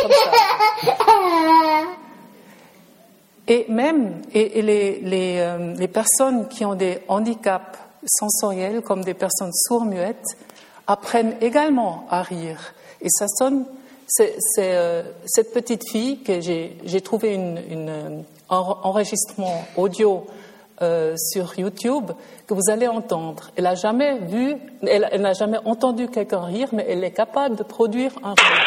comme ça. Et même les personnes qui ont des handicaps sensoriels, comme des personnes sourds-muettes, apprennent également à rire. Et ça sonne. C'est cette petite fille que j'ai trouvé un enregistrement audio sur YouTube que vous allez entendre. Elle n'a jamais vu, elle n'a jamais entendu quelqu'un rire, mais elle est capable de produire un rire.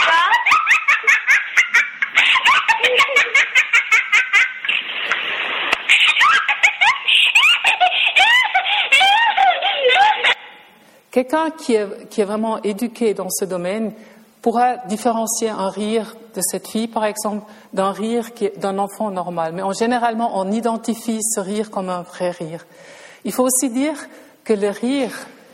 Quelqu'un qui est vraiment éduqué dans ce domaine pourra différencier un rire de cette fille, par exemple, d'un rire d'un enfant normal. Mais généralement, on identifie ce rire comme un vrai rire. Il faut aussi dire que le rire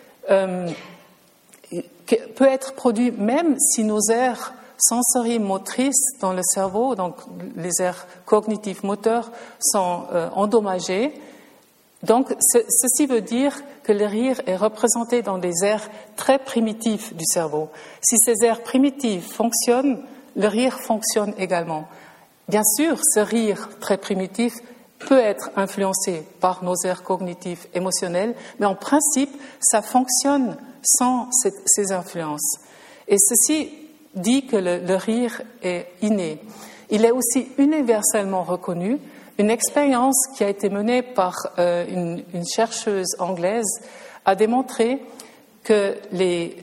peut être produit même si nos aires sensorimotrices dans le cerveau, donc les aires cognitifs moteurs, sont endommagées. Donc, ceci veut dire que le rire est représenté dans des aires très primitives du cerveau. Si ces aires primitives fonctionnent, le rire fonctionne également. Bien sûr, ce rire très primitif peut être influencé par nos aires cognitives émotionnelles, mais en principe, ça fonctionne sans ces influences. Et ceci dit que le rire est inné. Il est aussi universellement reconnu. Une expérience qui a été menée par une chercheuse anglaise a démontré que les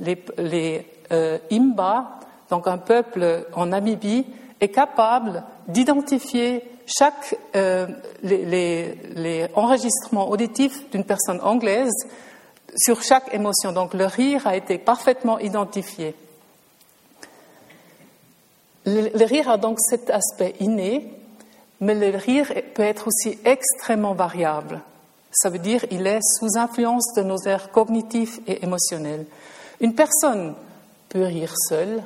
Imba, donc un peuple en Namibie, est capable d'identifier les enregistrements auditifs d'une personne anglaise sur chaque émotion. Donc le rire a été parfaitement identifié. Le rire a donc cet aspect inné. Mais le rire peut être aussi extrêmement variable. Ça veut dire qu'il est sous influence de nos aires cognitives et émotionnelles. Une personne peut rire seule.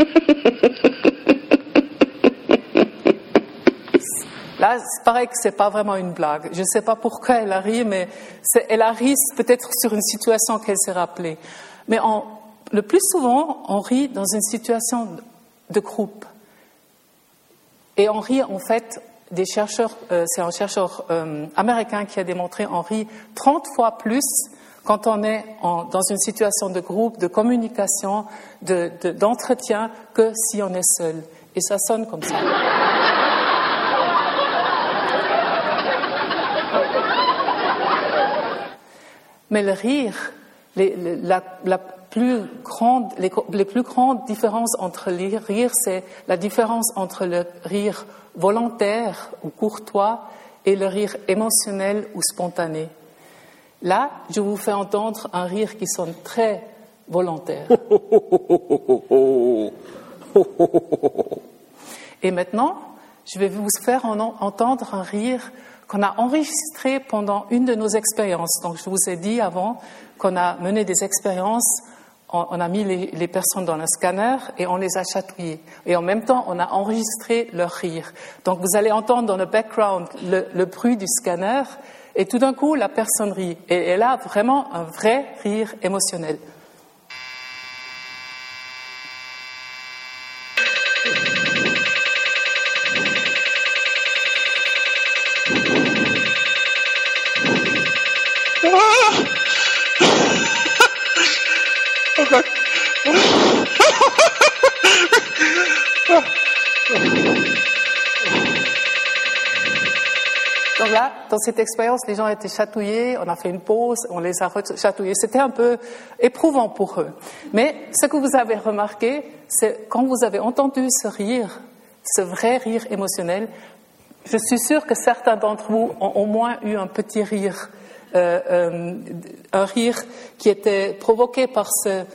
Là, c'est pareil que c'est pas vraiment une blague. Je ne sais pas pourquoi elle a ri, mais elle a ri peut-être sur une situation qu'elle s'est rappelée. Mais le plus souvent, on rit dans une situation de groupe. Et on rit en fait. Des chercheurs, c'est un chercheur américain qui a démontré on rit 30 fois plus quand on est dans une situation de groupe, de communication, d'entretien, que si on est seul. Et ça sonne comme ça. Mais le rire, les plus grandes différences entre les rires, c'est la différence entre le rire volontaire ou courtois et le rire émotionnel ou spontané. Là, je vous fais entendre un rire qui sonne très volontaire. Et maintenant, je vais vous faire entendre un rire qu'on a enregistré pendant une de nos expériences. Donc, je vous ai dit avant qu'on a mené des expériences. On a mis les personnes dans un scanner et on les a chatouillées. Et en même temps, on a enregistré leur rire. Donc, vous allez entendre dans le background le bruit du scanner et tout d'un coup, la personne rit. Et elle a vraiment un vrai rire émotionnel. Donc là, dans cette expérience, les gens étaient chatouillés, on a fait une pause, on les a chatouillés. C'était un peu éprouvant pour eux. Mais ce que vous avez remarqué, c'est quand vous avez entendu ce rire, ce vrai rire émotionnel, je suis sûre que certains d'entre vous ont au moins eu un petit rire, un rire qui était provoqué par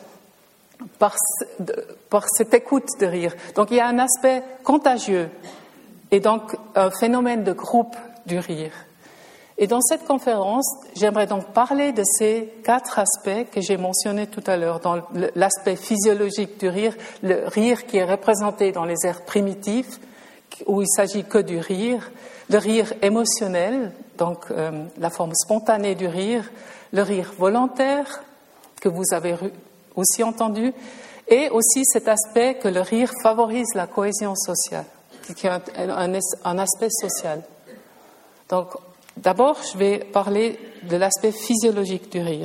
cette écoute de rire. Donc il y a un aspect contagieux et donc un phénomène de groupe du rire. Et dans cette conférence, j'aimerais donc parler de ces 4 aspects que j'ai mentionnés tout à l'heure, dans l'aspect physiologique du rire, le rire qui est représenté dans les aires primitives, où il s'agit que du rire, le rire émotionnel, donc la forme spontanée du rire, le rire volontaire, que vous avez aussi entendu, Et aussi cet aspect que le rire favorise la cohésion sociale, qui est un aspect social. Donc, d'abord, je vais parler de l'aspect physiologique du rire.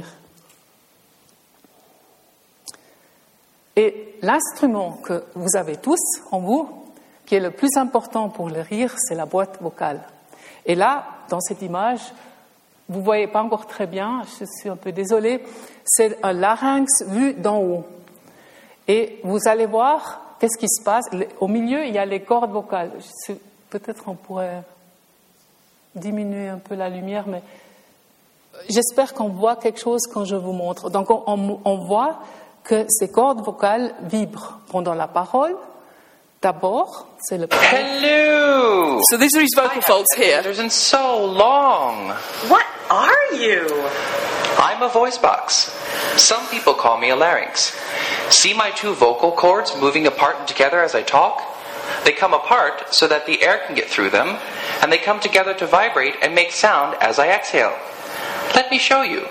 Et l'instrument que vous avez tous en vous, qui est le plus important pour le rire, c'est la boîte vocale. Et là, dans cette image, vous ne voyez pas encore très bien, je suis un peu désolée, c'est un larynx vu d'en haut. Et vous allez voir qu'est-ce qui se passe. Au milieu, il y a les cordes vocales. Peut-être on pourrait diminuer un peu la lumière, mais j'espère qu'on voit quelque chose quand je vous montre. Donc on voit que ces cordes vocales vibrent pendant la parole. D'abord, c'est le premier. Hello! So these are his vocal folds here. It isn't so long. What are you? I'm a voice box. Some people call me a larynx. See my two vocal cords moving apart and together as I talk? They come apart so that the air can get through them, and they come together to vibrate and make sound as I exhale. Let me show you.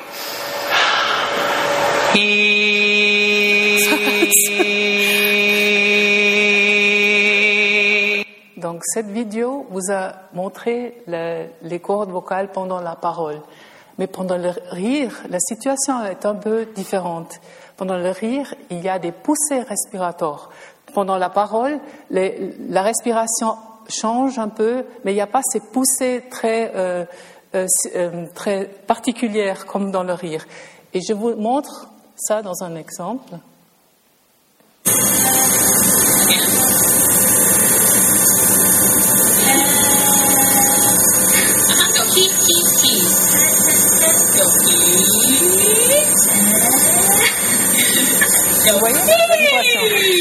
Donc cette vidéo vous a montré les cordes vocales pendant la parole. Mais pendant le rire, la situation est un peu différente. Pendant le rire, il y a des poussées respiratoires. Pendant la parole, la respiration change un peu, mais il n'y a pas ces poussées très particulières comme dans le rire. Et je vous montre ça dans un exemple. Vous voyez la vibration.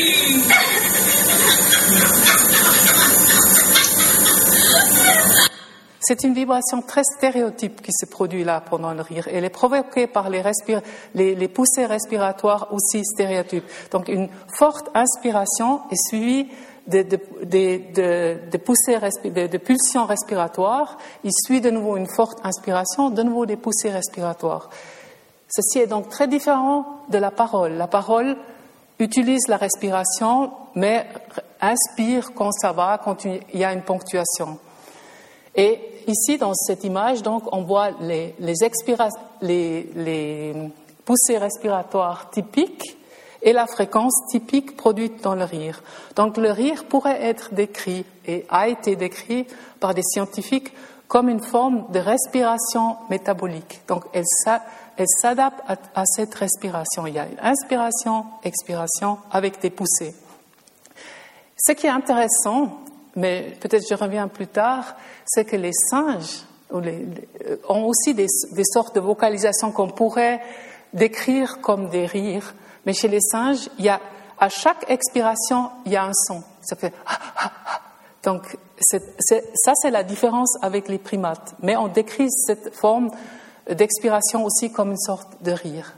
C'est une vibration très stéréotype qui se produit là pendant le rire. Elle est provoquée par les poussées respiratoires aussi stéréotypes. Donc une forte inspiration est suivie de poussées, de pulsions respiratoires. Il suit de nouveau une forte inspiration, de nouveau des poussées respiratoires. Ceci est donc très différent de la parole. La parole utilise la respiration, mais inspire quand ça va, quand il y a une ponctuation. Et ici, dans cette image, donc, on voit les poussées respiratoires typiques et la fréquence typique produite dans le rire. Donc, le rire pourrait être décrit et a été décrit par des scientifiques comme une forme de respiration métabolique. Donc, elle s'adapte à cette respiration. Il y a une inspiration, expiration avec des poussées. Ce qui est intéressant, mais peut-être je reviens plus tard, c'est que les singes ont aussi des sortes de vocalisations qu'on pourrait décrire comme des rires. Mais chez les singes, à chaque expiration, il y a un son. Ça fait ah, ah, ah. Donc, ça, c'est la différence avec les primates. Mais on décrit cette forme d'expiration aussi comme une sorte de rire.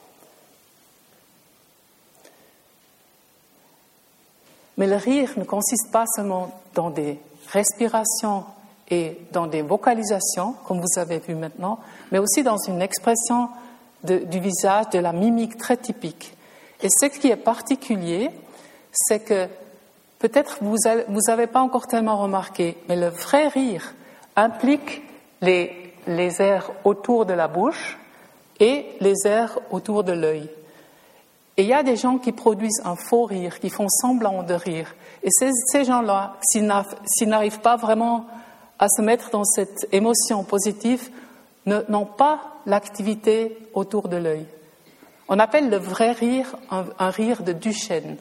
Mais le rire ne consiste pas seulement dans des respirations et dans des vocalisations, comme vous avez vu maintenant, mais aussi dans une expression du visage, de la mimique très typique. Et ce qui est particulier, c'est que peut-être vous n'avez pas encore tellement remarqué, mais le vrai rire implique les aires autour de la bouche et les aires autour de l'œil. Et il y a des gens qui produisent un faux rire, qui font semblant de rire. Et ces gens-là, s'ils n'arrivent pas vraiment à se mettre dans cette émotion positive, n'ont pas l'activité autour de l'œil. On appelle le vrai rire un rire de Duchenne.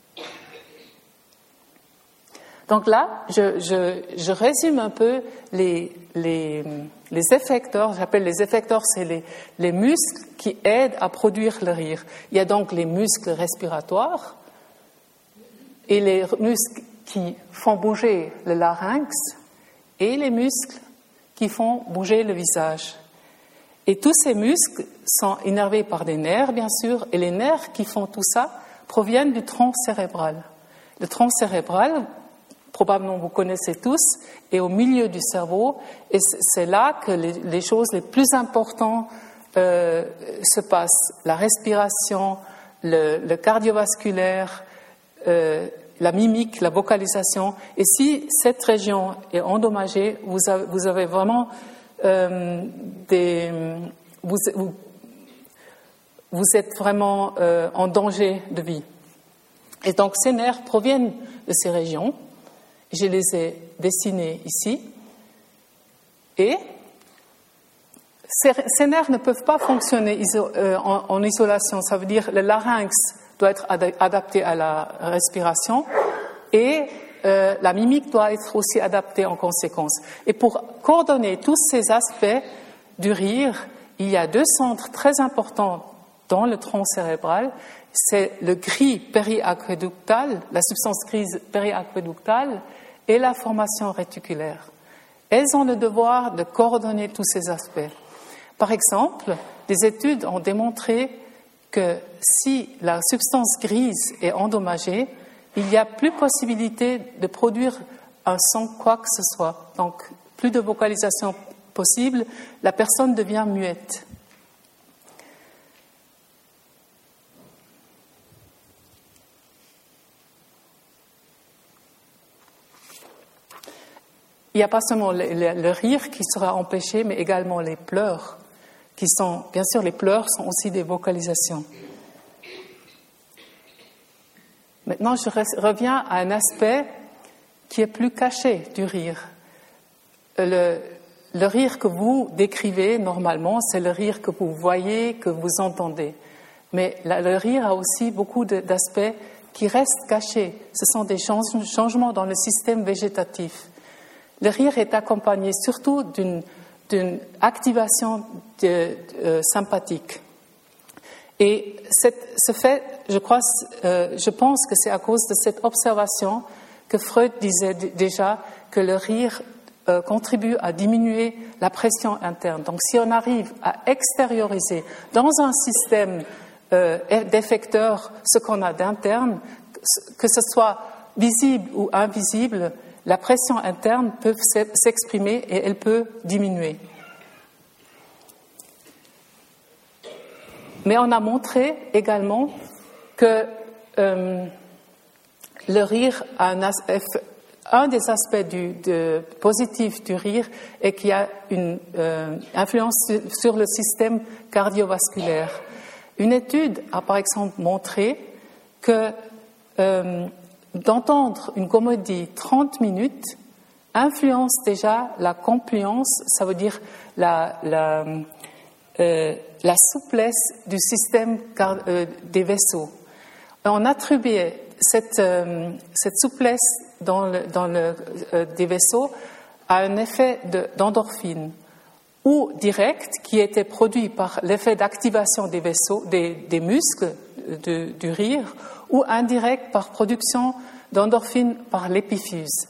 Donc là, je résume un peu les effecteurs. J'appelle les effecteurs, c'est les muscles qui aident à produire le rire. Il y a donc les muscles respiratoires et les muscles qui font bouger le larynx et les muscles qui font bouger le visage. Et tous ces muscles sont innervés par des nerfs, bien sûr, et les nerfs qui font tout ça proviennent du tronc cérébral. Le tronc cérébral, probablement vous connaissez tous, est au milieu du cerveau, et c'est là que les choses les plus importantes se passent. La respiration, le cardiovasculaire, la mimique, la vocalisation. Et si cette région est endommagée, vous avez vraiment vous êtes vraiment en danger de vie. Et donc ces nerfs proviennent de ces régions. Je les ai dessinés ici. Et ces nerfs ne peuvent pas fonctionner en isolation. Ça veut dire que le larynx doit être adapté à la respiration et la mimique doit être aussi adaptée en conséquence. Et pour coordonner tous ces aspects du rire, il y a 2 centres très importants dans le tronc cérébral. C'est le gris périaqueductal, la substance grise périaqueductale et la formation réticulaire. Elles ont le devoir de coordonner tous ces aspects. Par exemple, des études ont démontré que si la substance grise est endommagée, il n'y a plus possibilité de produire un son quoi que ce soit. Donc, plus de vocalisation possible, la personne devient muette. Il n'y a pas seulement le rire qui sera empêché, mais également les pleurs, qui sont, bien sûr, les pleurs sont aussi des vocalisations. Maintenant, je reviens à un aspect qui est plus caché du rire. Le rire que vous décrivez normalement, c'est le rire que vous voyez, que vous entendez. Mais le rire a aussi beaucoup d'aspects qui restent cachés. Ce sont des changements dans le système végétatif. Le rire est accompagné surtout d'une activation sympathique. Et ce fait, je pense que c'est à cause de cette observation que Freud disait déjà que le rire contribue à diminuer la pression interne. Donc si on arrive à extérioriser dans un système d'effecteurs ce qu'on a d'interne, que ce soit visible ou invisible, la pression interne peut s'exprimer et elle peut diminuer. Mais on a montré également que le rire a un des aspects positifs du rire est qu'il y a une influence sur le système cardiovasculaire. Une étude a par exemple montré que d'entendre une comédie 30 minutes influence déjà la compliance, ça veut dire la souplesse du système des vaisseaux. On attribuait cette souplesse des vaisseaux à un effet d'endorphine, ou direct, qui était produit par l'effet d'activation des vaisseaux, des muscles du rire, ou indirect par production d'endorphine par l'épiphyse.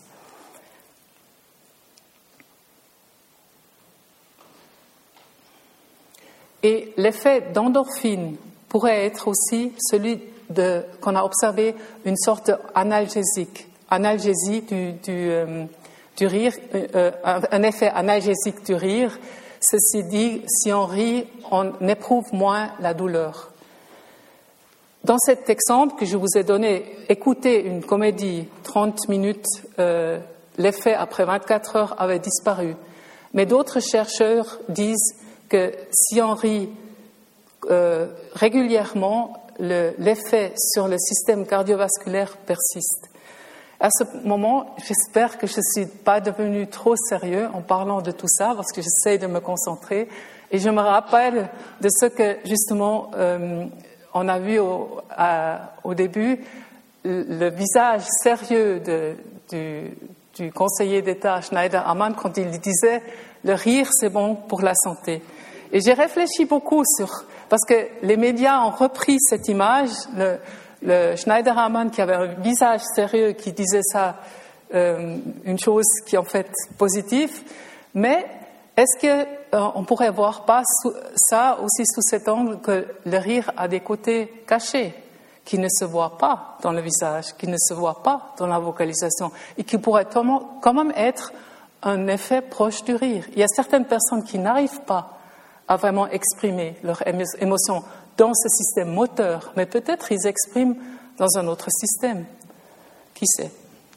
Et l'effet d'endorphine pourrait être aussi celui qu'on a observé, une sorte d'analgésie du rire, un effet analgésique du rire. Ceci dit, si on rit, on éprouve moins la douleur. Dans cet exemple que je vous ai donné, écouter une comédie 30 minutes, l'effet après 24 heures avait disparu. Mais d'autres chercheurs disent que si on rit régulièrement, l'effet sur le système cardiovasculaire persiste. À ce moment, j'espère que je ne suis pas devenue trop sérieux en parlant de tout ça, parce que j'essaie de me concentrer. Et je me rappelle de ce que, justement, on a vu au début, le visage sérieux du conseiller d'État Schneider-Ammann quand il disait « le rire, c'est bon pour la santé ». Et j'ai réfléchi beaucoup parce que les médias ont repris cette image, le Schneider-Ammann qui avait un visage sérieux qui disait ça, une chose qui est en fait positive, mais est-ce qu'on pourrait voir pas ça aussi sous cet angle que le rire a des côtés cachés qui ne se voient pas dans le visage, qui ne se voient pas dans la vocalisation et qui pourraient quand même être un effet proche du rire. Il y a certaines personnes qui n'arrivent pas à vraiment exprimer leurs émotions dans ce système moteur, mais peut-être ils expriment dans un autre système. Qui sait?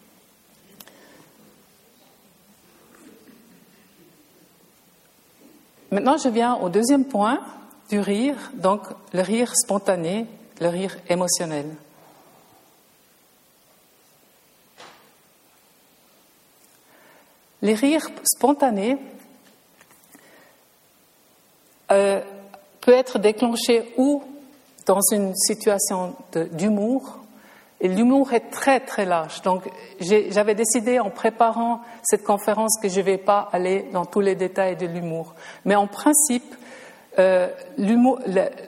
Maintenant, je viens au deuxième point du rire, donc le rire spontané, le rire émotionnel. Les rires spontanés peut être déclenché ou dans une situation d'humour. Et l'humour est très très large. Donc j'avais décidé en préparant cette conférence que je ne vais pas aller dans tous les détails de l'humour. Mais en principe, l'humour,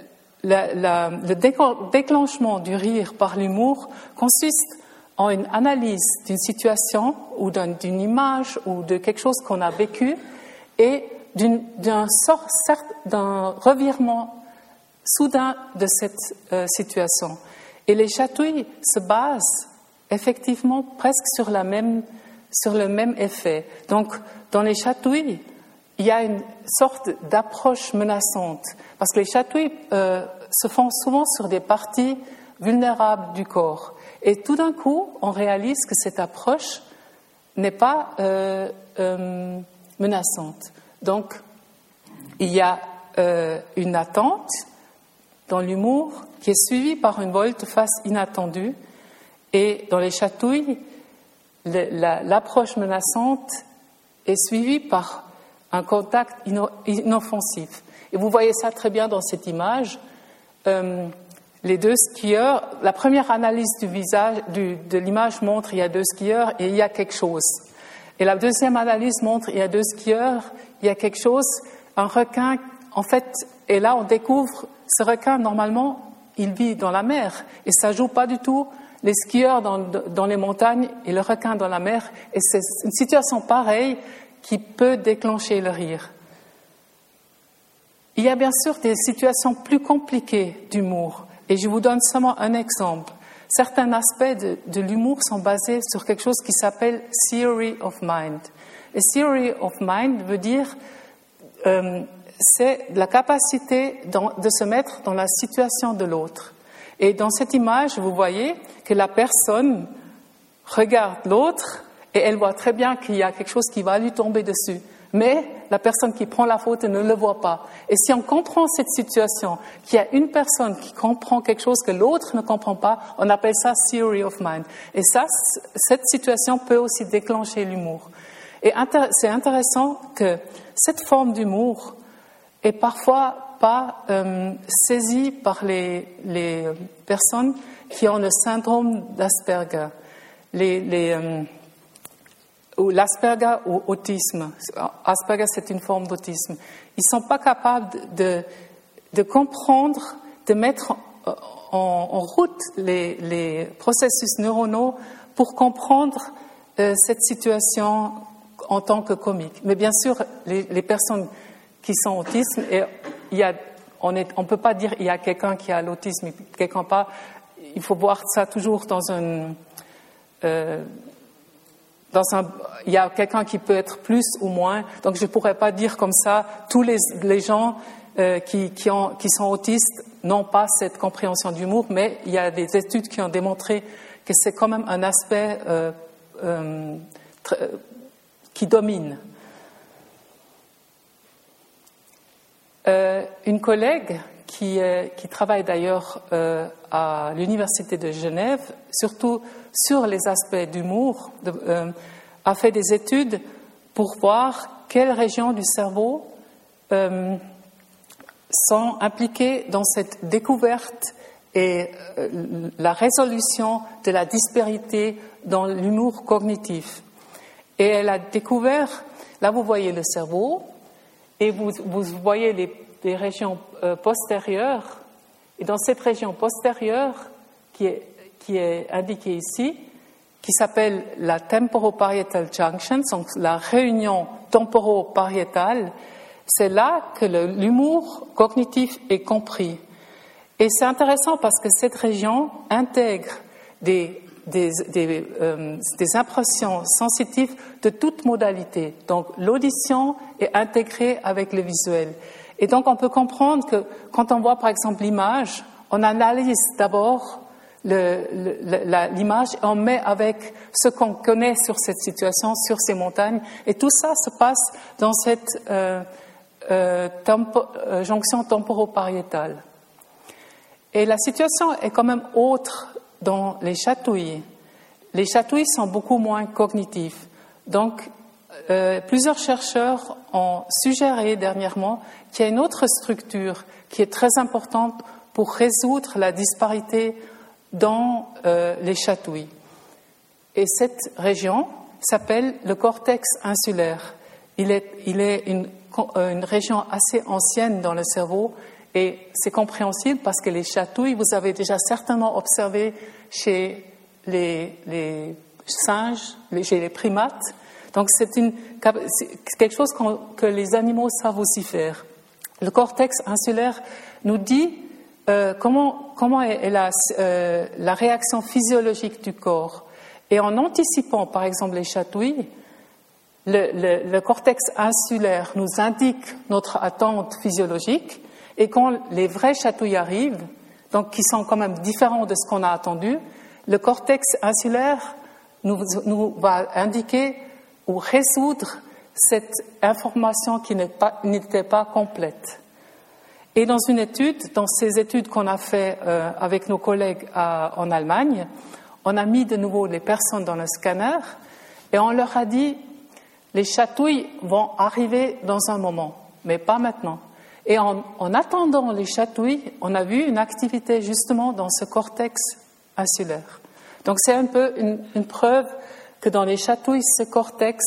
le déclenchement du rire par l'humour consiste en une analyse d'une situation ou d'une image ou de quelque chose qu'on a vécu et d'un revirement soudain de cette situation. Et les chatouilles se basent effectivement presque sur le même effet. Donc, dans les chatouilles, il y a une sorte d'approche menaçante, parce que les chatouilles se font souvent sur des parties vulnérables du corps. Et tout d'un coup, on réalise que cette approche n'est pas menaçante. Donc, il y a une attente dans l'humour qui est suivie par une volte-face inattendue. Et dans les chatouilles, l'approche menaçante est suivie par un contact inoffensif. Et vous voyez ça très bien dans cette image. Les deux skieurs, la première analyse du visage, de l'image montre il y a deux skieurs et il y a quelque chose. Et la deuxième analyse montre il y a deux skieurs, il y a quelque chose, un requin, en fait, et là on découvre ce requin, normalement, il vit dans la mer et ça joue pas du tout les skieurs dans les montagnes et le requin dans la mer. Et c'est une situation pareille qui peut déclencher le rire. Il y a bien sûr des situations plus compliquées d'humour. Et je vous donne seulement un exemple. Certains aspects de l'humour sont basés sur quelque chose qui s'appelle theory of mind. Et theory of mind veut dire c'est la capacité de se mettre dans la situation de l'autre. Et dans cette image, vous voyez que la personne regarde l'autre et elle voit très bien qu'il y a quelque chose qui va lui tomber dessus. Mais la personne qui prend la faute ne le voit pas. Et si on comprend cette situation, qu'il y a une personne qui comprend quelque chose que l'autre ne comprend pas, on appelle ça theory of mind. Et ça, cette situation peut aussi déclencher l'humour. Et c'est intéressant que cette forme d'humour est parfois pas saisie par les personnes qui ont le syndrome d'Asperger. Ou l'Asperger ou autisme. Asperger, c'est une forme d'autisme. Ils ne sont pas capables de comprendre, de mettre en route les processus neuronaux pour comprendre cette situation en tant que comique. Mais bien sûr, les personnes qui sont autistes, on ne peut pas dire qu'il y a quelqu'un qui a l'autisme et quelqu'un pas. Il faut voir ça toujours il y a quelqu'un qui peut être plus ou moins. Donc je ne pourrais pas dire comme ça, tous les gens qui sont autistes n'ont pas cette compréhension d'humour, mais il y a des études qui ont démontré que c'est quand même un aspect qui domine. Une collègue qui travaille d'ailleurs à l'Université de Genève, surtout sur les aspects d'humour, a fait des études pour voir quelles régions du cerveau sont impliquées dans cette découverte et la résolution de la disparité dans l'humour cognitif. Et elle a découvert, là vous voyez le cerveau, et vous voyez les régions postérieures. Et dans cette région postérieure, qui est indiquée ici, qui s'appelle la temporoparietal junction, donc la réunion temporopariétale, c'est là que l'humour cognitif est compris. Et c'est intéressant parce que cette région intègre des impressions sensitives de toute modalité. Donc l'audition est intégrée avec le visuel. Et donc on peut comprendre que quand on voit par exemple l'image, on analyse d'abord l'image et on met avec ce qu'on connaît sur cette situation, sur ces montagnes. Et tout ça se passe dans cette jonction temporopariétale. Et la situation est quand même autre dans les chatouilles. Les chatouilles sont beaucoup moins cognitifs. Donc, plusieurs chercheurs ont suggéré dernièrement qu'il y a une autre structure qui est très importante pour résoudre la disparité dans les chatouilles. Et cette région s'appelle le cortex insulaire. Il est une région assez ancienne dans le cerveau et c'est compréhensible parce que les chatouilles, vous avez déjà certainement observé chez les singes, chez les primates. Donc c'est quelque chose que les animaux savent aussi faire. Le cortex insulaire nous dit comment est la réaction physiologique du corps. Et en anticipant, par exemple, les chatouilles, le cortex insulaire nous indique notre attente physiologique. Et quand les vraies chatouilles arrivent, donc qui sont quand même différents de ce qu'on a attendu, le cortex insulaire nous va indiquer ou résoudre cette information qui n'était pas complète. Et dans ces études qu'on a fait avec nos collègues en Allemagne, on a mis de nouveau les personnes dans le scanner et on leur a dit les chatouilles vont arriver dans un moment, mais pas maintenant. Et en attendant les chatouilles, on a vu une activité justement dans ce cortex insulaire. Donc c'est un peu une preuve que dans les chatouilles, ce cortex,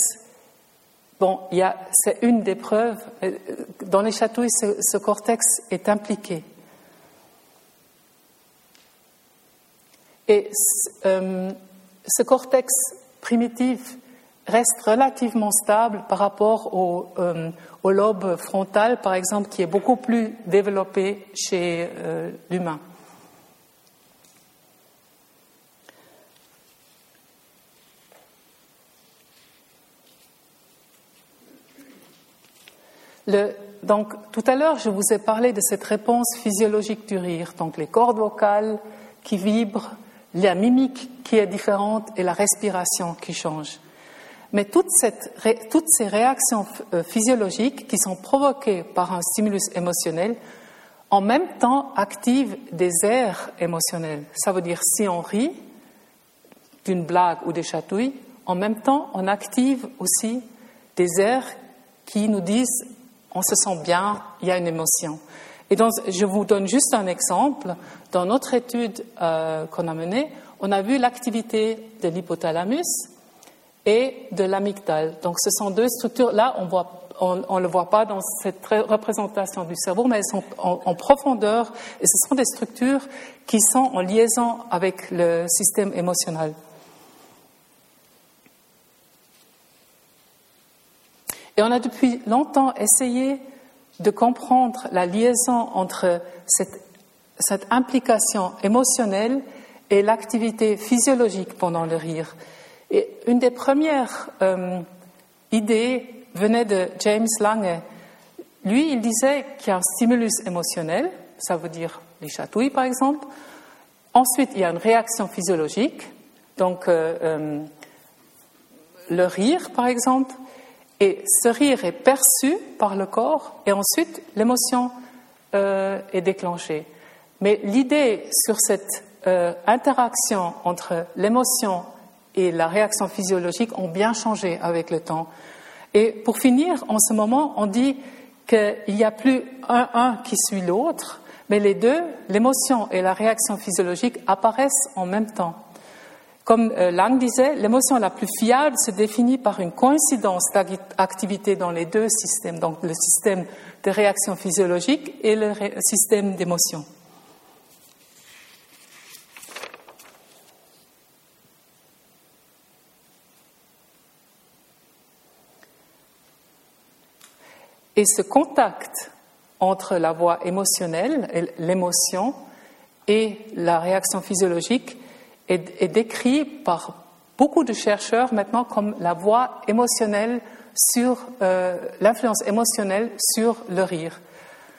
c'est une des preuves, dans les chatouilles, ce cortex est impliqué. Et ce cortex primitif reste relativement stable par rapport au lobe frontal, par exemple, qui est beaucoup plus développé chez l'humain. Donc, tout à l'heure, je vous ai parlé de cette réponse physiologique du rire, donc les cordes vocales qui vibrent, la mimique qui est différente et la respiration qui change. Mais toutes ces réactions physiologiques qui sont provoquées par un stimulus émotionnel, en même temps activent des aires émotionnelles. Ça veut dire si on rit d'une blague ou des chatouilles, en même temps on active aussi des aires qui nous disent on se sent bien, il y a une émotion. Et donc, je vous donne juste un exemple. Dans notre étude qu'on a menée, on a vu l'activité de l'hypothalamus et de l'amygdale. Donc, ce sont deux structures. Là, on le voit pas dans cette représentation du cerveau, mais elles sont en profondeur. Et ce sont des structures qui sont en liaison avec le système émotionnel. Et on a depuis longtemps essayé de comprendre la liaison entre cette implication émotionnelle et l'activité physiologique pendant le rire. Et une des premières idées venait de James Lange. Lui, il disait qu'il y a un stimulus émotionnel, ça veut dire les chatouilles par exemple. Ensuite, il y a une réaction physiologique, donc le rire par exemple. Et ce rire est perçu par le corps et ensuite l'émotion est déclenchée. Mais l'idée sur cette interaction entre l'émotion et la réaction physiologique ont bien changé avec le temps. Et pour finir, en ce moment, on dit qu'il n'y a plus un qui suit l'autre, mais les deux, l'émotion et la réaction physiologique, apparaissent en même temps. Comme Lang disait, l'émotion la plus fiable se définit par une coïncidence d'activité dans les deux systèmes, donc le système de réaction physiologique et le système d'émotion. Et ce contact entre la voie émotionnelle, l'émotion, et la réaction physiologique est décrit par beaucoup de chercheurs maintenant comme la voie émotionnelle sur l'influence émotionnelle sur le rire.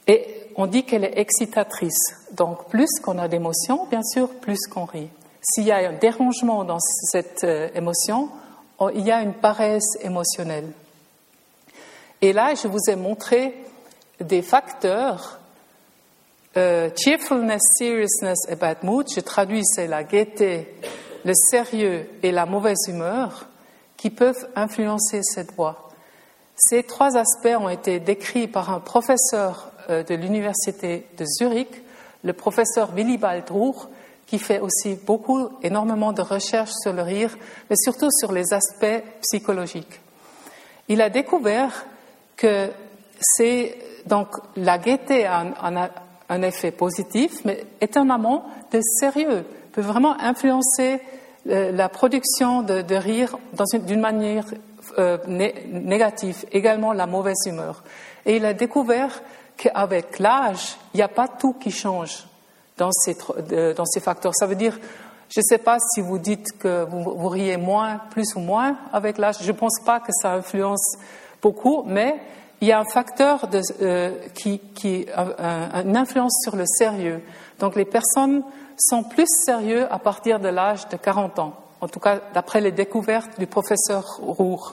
Et on dit qu'elle est excitatrice. Donc, plus qu'on a d'émotions, bien sûr, plus qu'on rit. S'il y a un dérangement dans cette émotion, il y a une paresse émotionnelle. Et là, je vous ai montré des facteurs, cheerfulness, seriousness et bad mood, je traduis, c'est la gaieté, le sérieux et la mauvaise humeur, qui peuvent influencer cette voix. Ces trois aspects ont été décrits par un professeur de l'université de Zurich, le professeur Willibald Ruch, qui fait aussi énormément de recherches sur le rire, mais surtout sur les aspects psychologiques. Il a découvert que donc la gaieté a un effet positif, mais étonnamment de sérieux, peut vraiment influencer la production de rire d'une manière négative, également la mauvaise humeur. Et il a découvert qu'avec l'âge, il n'y a pas tout qui change dans ces facteurs. Ça veut dire, je ne sais pas si vous dites que vous riez moins, plus ou moins avec l'âge, je ne pense pas que ça influence beaucoup, mais il y a un facteur qui a une influence sur le sérieux. Donc les personnes sont plus sérieux à partir de l'âge de 40 ans, en tout cas d'après les découvertes du professeur Ruch.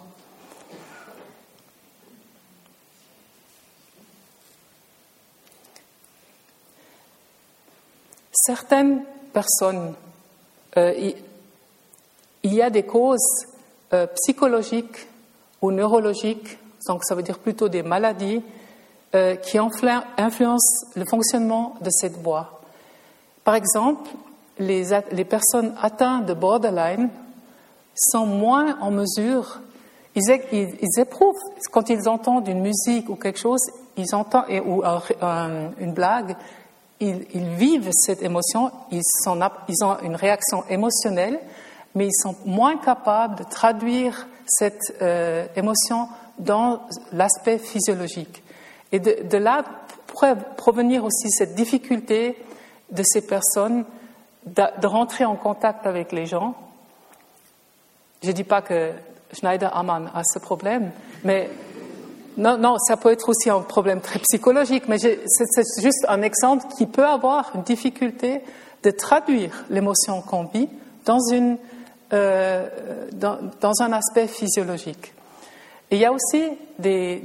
Certaines personnes, il y a des causes psychologiques ou neurologiques, donc ça veut dire plutôt des maladies, qui influencent le fonctionnement de cette voix. Par exemple, les personnes atteintes de borderline sont moins en mesure, ils éprouvent, quand ils entendent une musique ou quelque chose, ou une blague, ils vivent cette émotion, ils ont une réaction émotionnelle, mais ils sont moins capables de traduire cette émotion dans l'aspect physiologique. Et de là pourrait provenir aussi cette difficulté de ces personnes de rentrer en contact avec les gens. Je ne dis pas que Schneider-Ammann a ce problème, mais non, ça peut être aussi un problème très psychologique, mais c'est juste un exemple qui peut avoir une difficulté de traduire l'émotion qu'on vit dans un aspect physiologique. Et il y a aussi des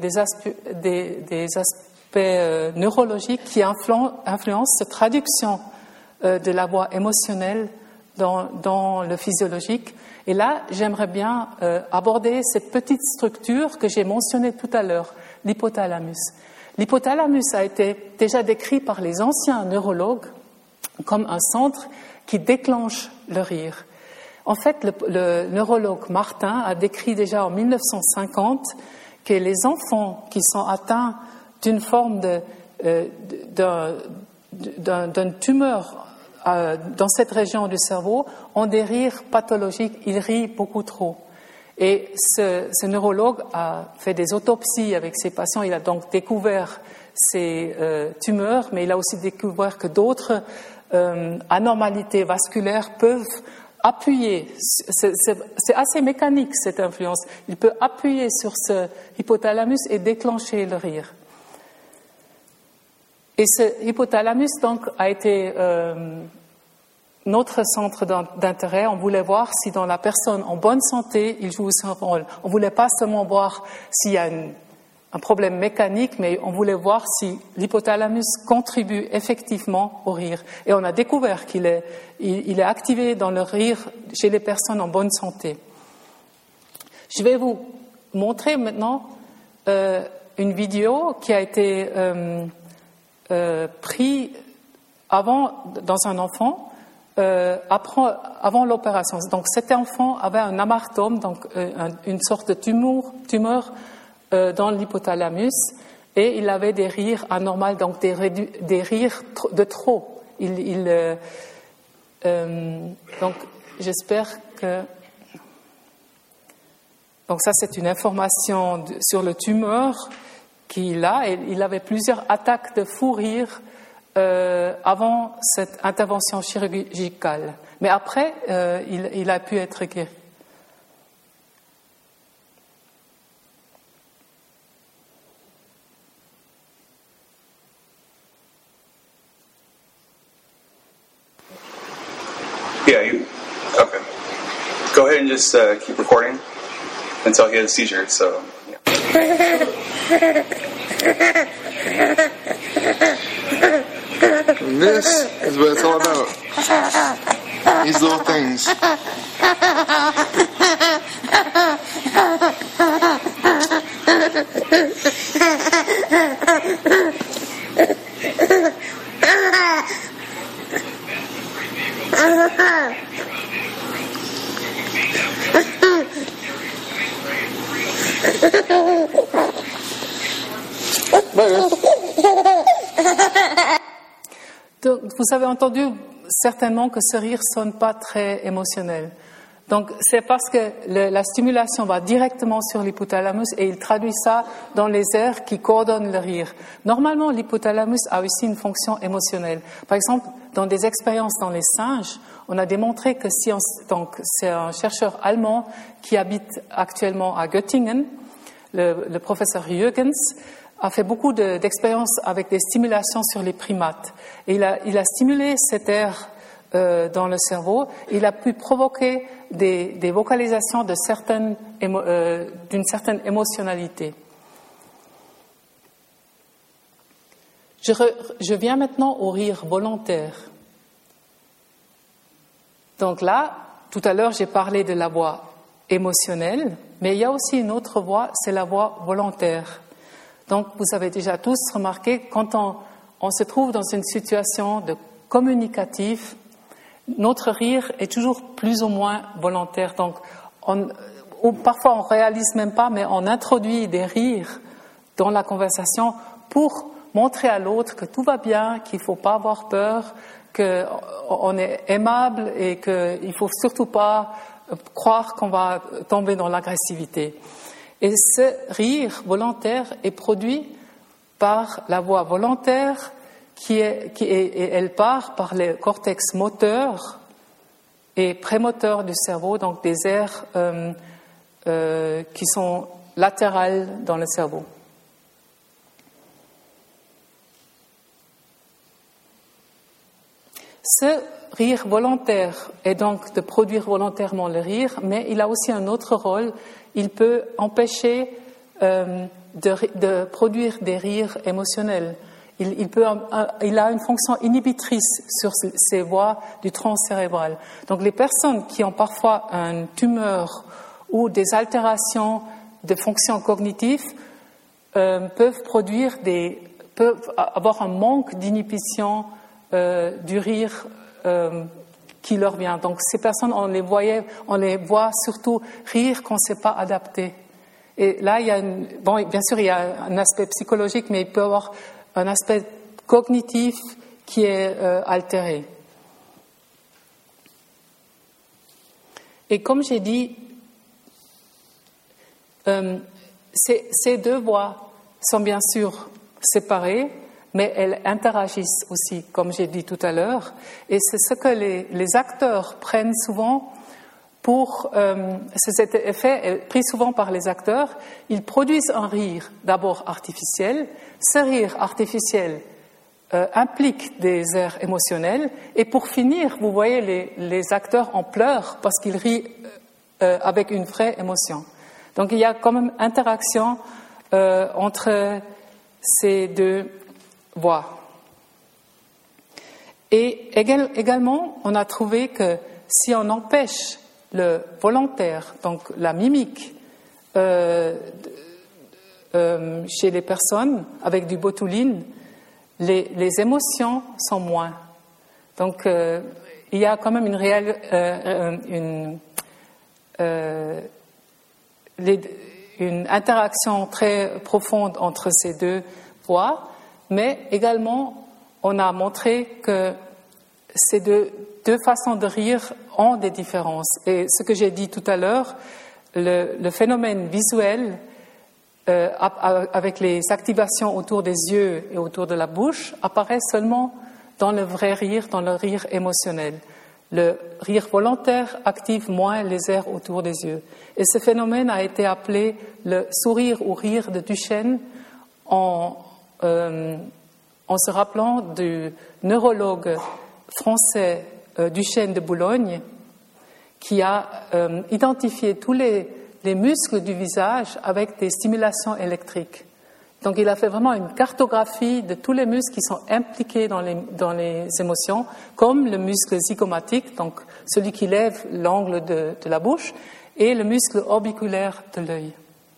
aspects neurologiques qui influencent cette traduction de la voix émotionnelle dans le physiologique. Et là, j'aimerais bien aborder cette petite structure que j'ai mentionnée tout à l'heure, l'hypothalamus. L'hypothalamus a été déjà décrit par les anciens neurologues comme un centre qui déclenche le rire. En fait, le neurologue Martin a décrit déjà en 1950 que les enfants qui sont atteints d'une forme d'une tumeur dans cette région du cerveau ont des rires pathologiques, ils rient beaucoup trop. Et ce neurologue a fait des autopsies avec ces patients, il a donc découvert ces tumeurs, mais il a aussi découvert que d'autres anormalités vasculaires peuvent appuyer, c'est assez mécanique cette influence, il peut appuyer sur ce hypothalamus et déclencher le rire. Et ce hypothalamus donc a été notre centre d'intérêt. On voulait voir si dans la personne en bonne santé, il joue son rôle. On voulait pas seulement voir s'il y a un problème mécanique, mais on voulait voir si l'hypothalamus contribue effectivement au rire. Et on a découvert qu'il est activé dans le rire chez les personnes en bonne santé. Je vais vous montrer maintenant une vidéo qui a été prise dans un enfant avant l'opération. Donc cet enfant avait un amartome, donc une sorte de tumeur dans l'hypothalamus, et il avait des rires anormaux, donc des rires de trop. Donc j'espère que... Donc ça c'est une information sur le tumeur qu'il a, et il avait plusieurs attaques de fou rire avant cette intervention chirurgicale. Mais après, il a pu être guéri. go ahead and just keep recording until he has a seizure. So. Yeah. And this is what it's all about. These little things. Donc, vous avez entendu certainement que ce rire sonne pas très émotionnel. Donc, c'est parce que la stimulation va directement sur l'hypothalamus et il traduit ça dans les aires qui coordonnent le rire. Normalement, l'hypothalamus a aussi une fonction émotionnelle. Par exemple, dans des expériences dans les singes, on a démontré que donc, c'est un chercheur allemand qui habite actuellement à Göttingen, le professeur Jürgens, a fait beaucoup d'expériences avec des stimulations sur les primates. Et il a stimulé cette aire dans le cerveau. Il a pu provoquer des vocalisations d'une certaine émotionnalité. Je viens maintenant au rire volontaire. Donc là, tout à l'heure, j'ai parlé de la voix émotionnelle, mais il y a aussi une autre voix, c'est la voix volontaire. Donc, vous avez déjà tous remarqué, quand on se trouve dans une situation de communicative, notre rire est toujours plus ou moins volontaire. Donc, parfois on ne réalise même pas, mais on introduit des rires dans la conversation pour montrer à l'autre que tout va bien, qu'il ne faut pas avoir peur, qu'on est aimable et qu'il ne faut surtout pas croire qu'on va tomber dans l'agressivité. Et ce rire volontaire est produit par la voix volontaire et elle part par le cortex moteur et prémoteur du cerveau, donc des aires qui sont latérales dans le cerveau. Ce rire volontaire est donc de produire volontairement le rire, mais il a aussi un autre rôle. Il peut empêcher de produire des rires émotionnels. Il a une fonction inhibitrice sur ces voies du tronc cérébral. Donc les personnes qui ont parfois une tumeur ou des altérations de fonctions cognitives peuvent avoir un manque d'inhibition du rire qui leur vient. Donc ces personnes, on les voit surtout rire quand c'est pas adapté. Et là, bien sûr, il y a un aspect psychologique, mais il peut y avoir un aspect cognitif qui est altéré. Et comme j'ai dit, ces deux voix sont bien sûr séparées, mais elles interagissent aussi, comme j'ai dit tout à l'heure. Et c'est ce que les acteurs prennent souvent cet effet est pris souvent par les acteurs. Ils produisent un rire d'abord artificiel. Ce rire artificiel implique des aires émotionnelles. Et pour finir, vous voyez les acteurs en pleurs parce qu'ils rient avec une vraie émotion. Donc il y a quand même interaction entre ces deux voix. Et également, on a trouvé que si on empêche le volontaire, donc la mimique, chez les personnes avec du botuline, les émotions sont moins. Donc, il y a quand même une interaction très profonde entre ces deux voix, mais également, on a montré que ces deux façons de rire ont des différences. Et ce que j'ai dit tout à l'heure, le phénomène visuel avec les activations autour des yeux et autour de la bouche apparaît seulement dans le vrai rire, dans le rire émotionnel. Le rire volontaire active moins les aires autour des yeux. Et ce phénomène a été appelé le sourire ou rire de Duchenne en se rappelant du neurologue français Duchenne de Boulogne, qui a identifié tous les muscles du visage avec des stimulations électriques. Donc il a fait vraiment une cartographie de tous les muscles qui sont impliqués dans les émotions, comme le muscle zygomatique, donc celui qui lève l'angle de la bouche, et le muscle orbiculaire de l'œil.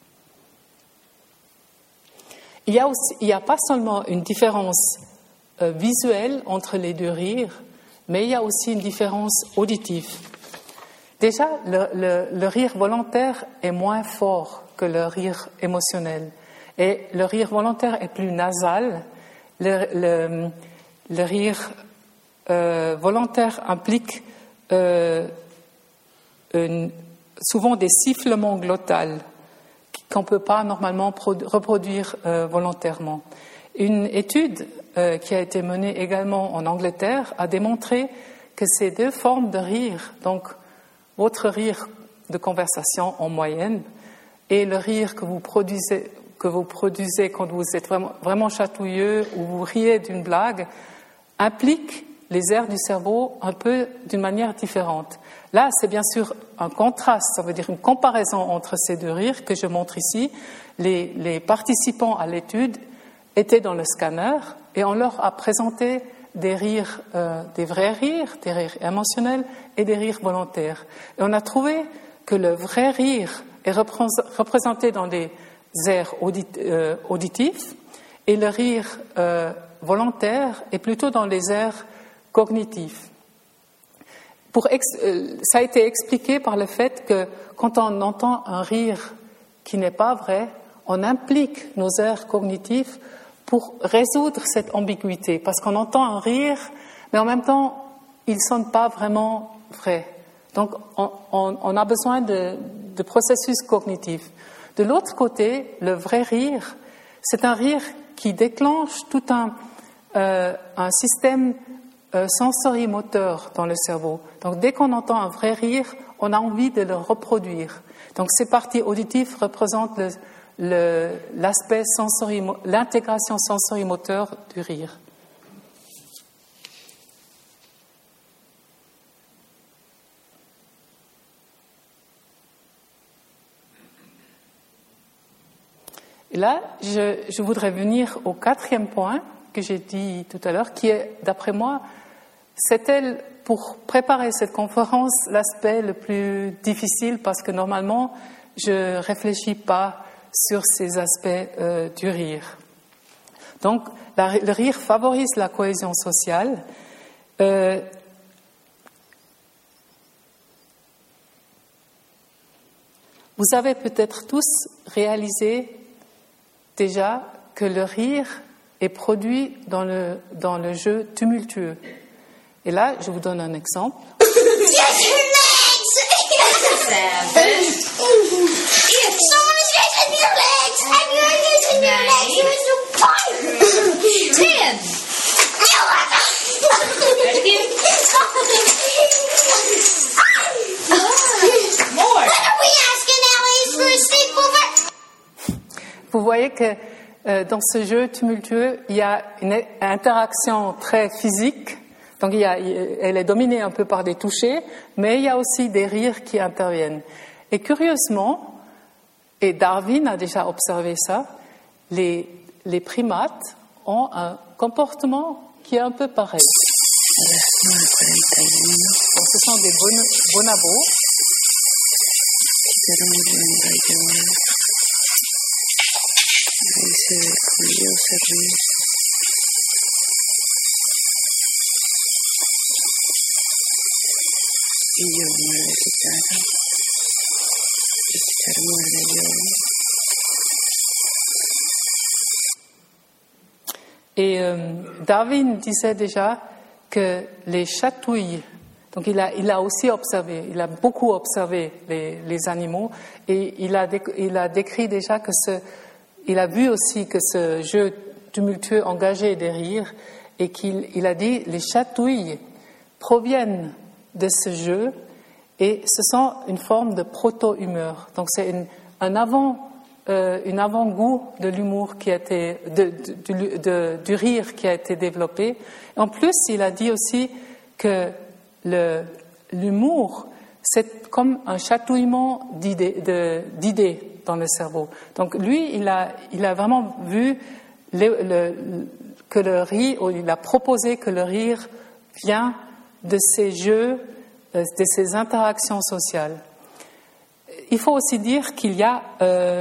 Il y a pas seulement une différence visuelle entre les deux rires, mais il y a aussi une différence auditive. Déjà, le rire volontaire est moins fort que le rire émotionnel. Et le rire volontaire est plus nasal. Le rire volontaire implique souvent des sifflements glottales qu'on ne peut pas normalement reproduire volontairement. Une étude qui a été menée également en Angleterre a démontré que ces deux formes de rire, donc votre rire de conversation en moyenne et le rire que vous produisez quand vous êtes vraiment chatouilleux ou vous riez d'une blague, impliquent les aires du cerveau un peu d'une manière différente. Là, c'est bien sûr un contraste, ça veut dire une comparaison entre ces deux rires que je montre ici. Les participants à l'étude étaient dans le scanner et on leur a présenté des rires, des vrais rires, des rires émotionnels et des rires volontaires. Et on a trouvé que le vrai rire est représenté dans les aires auditifs et le rire volontaire est plutôt dans les aires cognitifs. Ça a été expliqué par le fait que quand on entend un rire qui n'est pas vrai, on implique nos aires cognitives pour résoudre cette ambiguïté, parce qu'on entend un rire, mais en même temps, il ne sonne pas vraiment vrai. Donc, on a besoin de processus cognitifs. De l'autre côté, le vrai rire, c'est un rire qui déclenche tout un système sensorimoteur dans le cerveau. Donc, dès qu'on entend un vrai rire, on a envie de le reproduire. Donc, ces parties auditives représentent l'aspect l'intégration sensorimoteur du rire. Et là, je voudrais venir au 4e point que j'ai dit tout à l'heure, qui est, d'après moi, c'était pour préparer cette conférence l'aspect le plus difficile, parce que normalement, je ne réfléchis pas sur ces aspects du rire. Donc, le rire favorise la cohésion sociale. Vous avez peut-être tous réalisé déjà que le rire est produit dans le jeu tumultueux. Et là, je vous donne un exemple. Vous voyez que dans ce jeu tumultueux, il y a une interaction très physique. Donc, elle est dominée un peu par des touchés, mais il y a aussi des rires qui interviennent. Et curieusement, et Darwin a déjà observé ça, les primates ont un comportement qui est un peu pareil. Donc, ce sont des bonobos. Et Darwin disait déjà que les chatouilles, donc il a aussi observé, il a beaucoup observé les animaux, et il a décrit déjà que il a vu aussi que ce jeu tumultueux engageait des rires, et qu'il a dit les chatouilles proviennent de ce jeu et ce sont une forme de proto-humeur. Donc c'est un avant-goût de l'humour qui a été du rire qui a été développé. En plus, il a dit aussi que l'humour c'est comme un chatouillement d'idées dans le cerveau. Donc lui, il a vraiment vu que le rire, ou il a proposé que le rire vient de ces jeux, de ces interactions sociales. Il faut aussi dire qu'il y a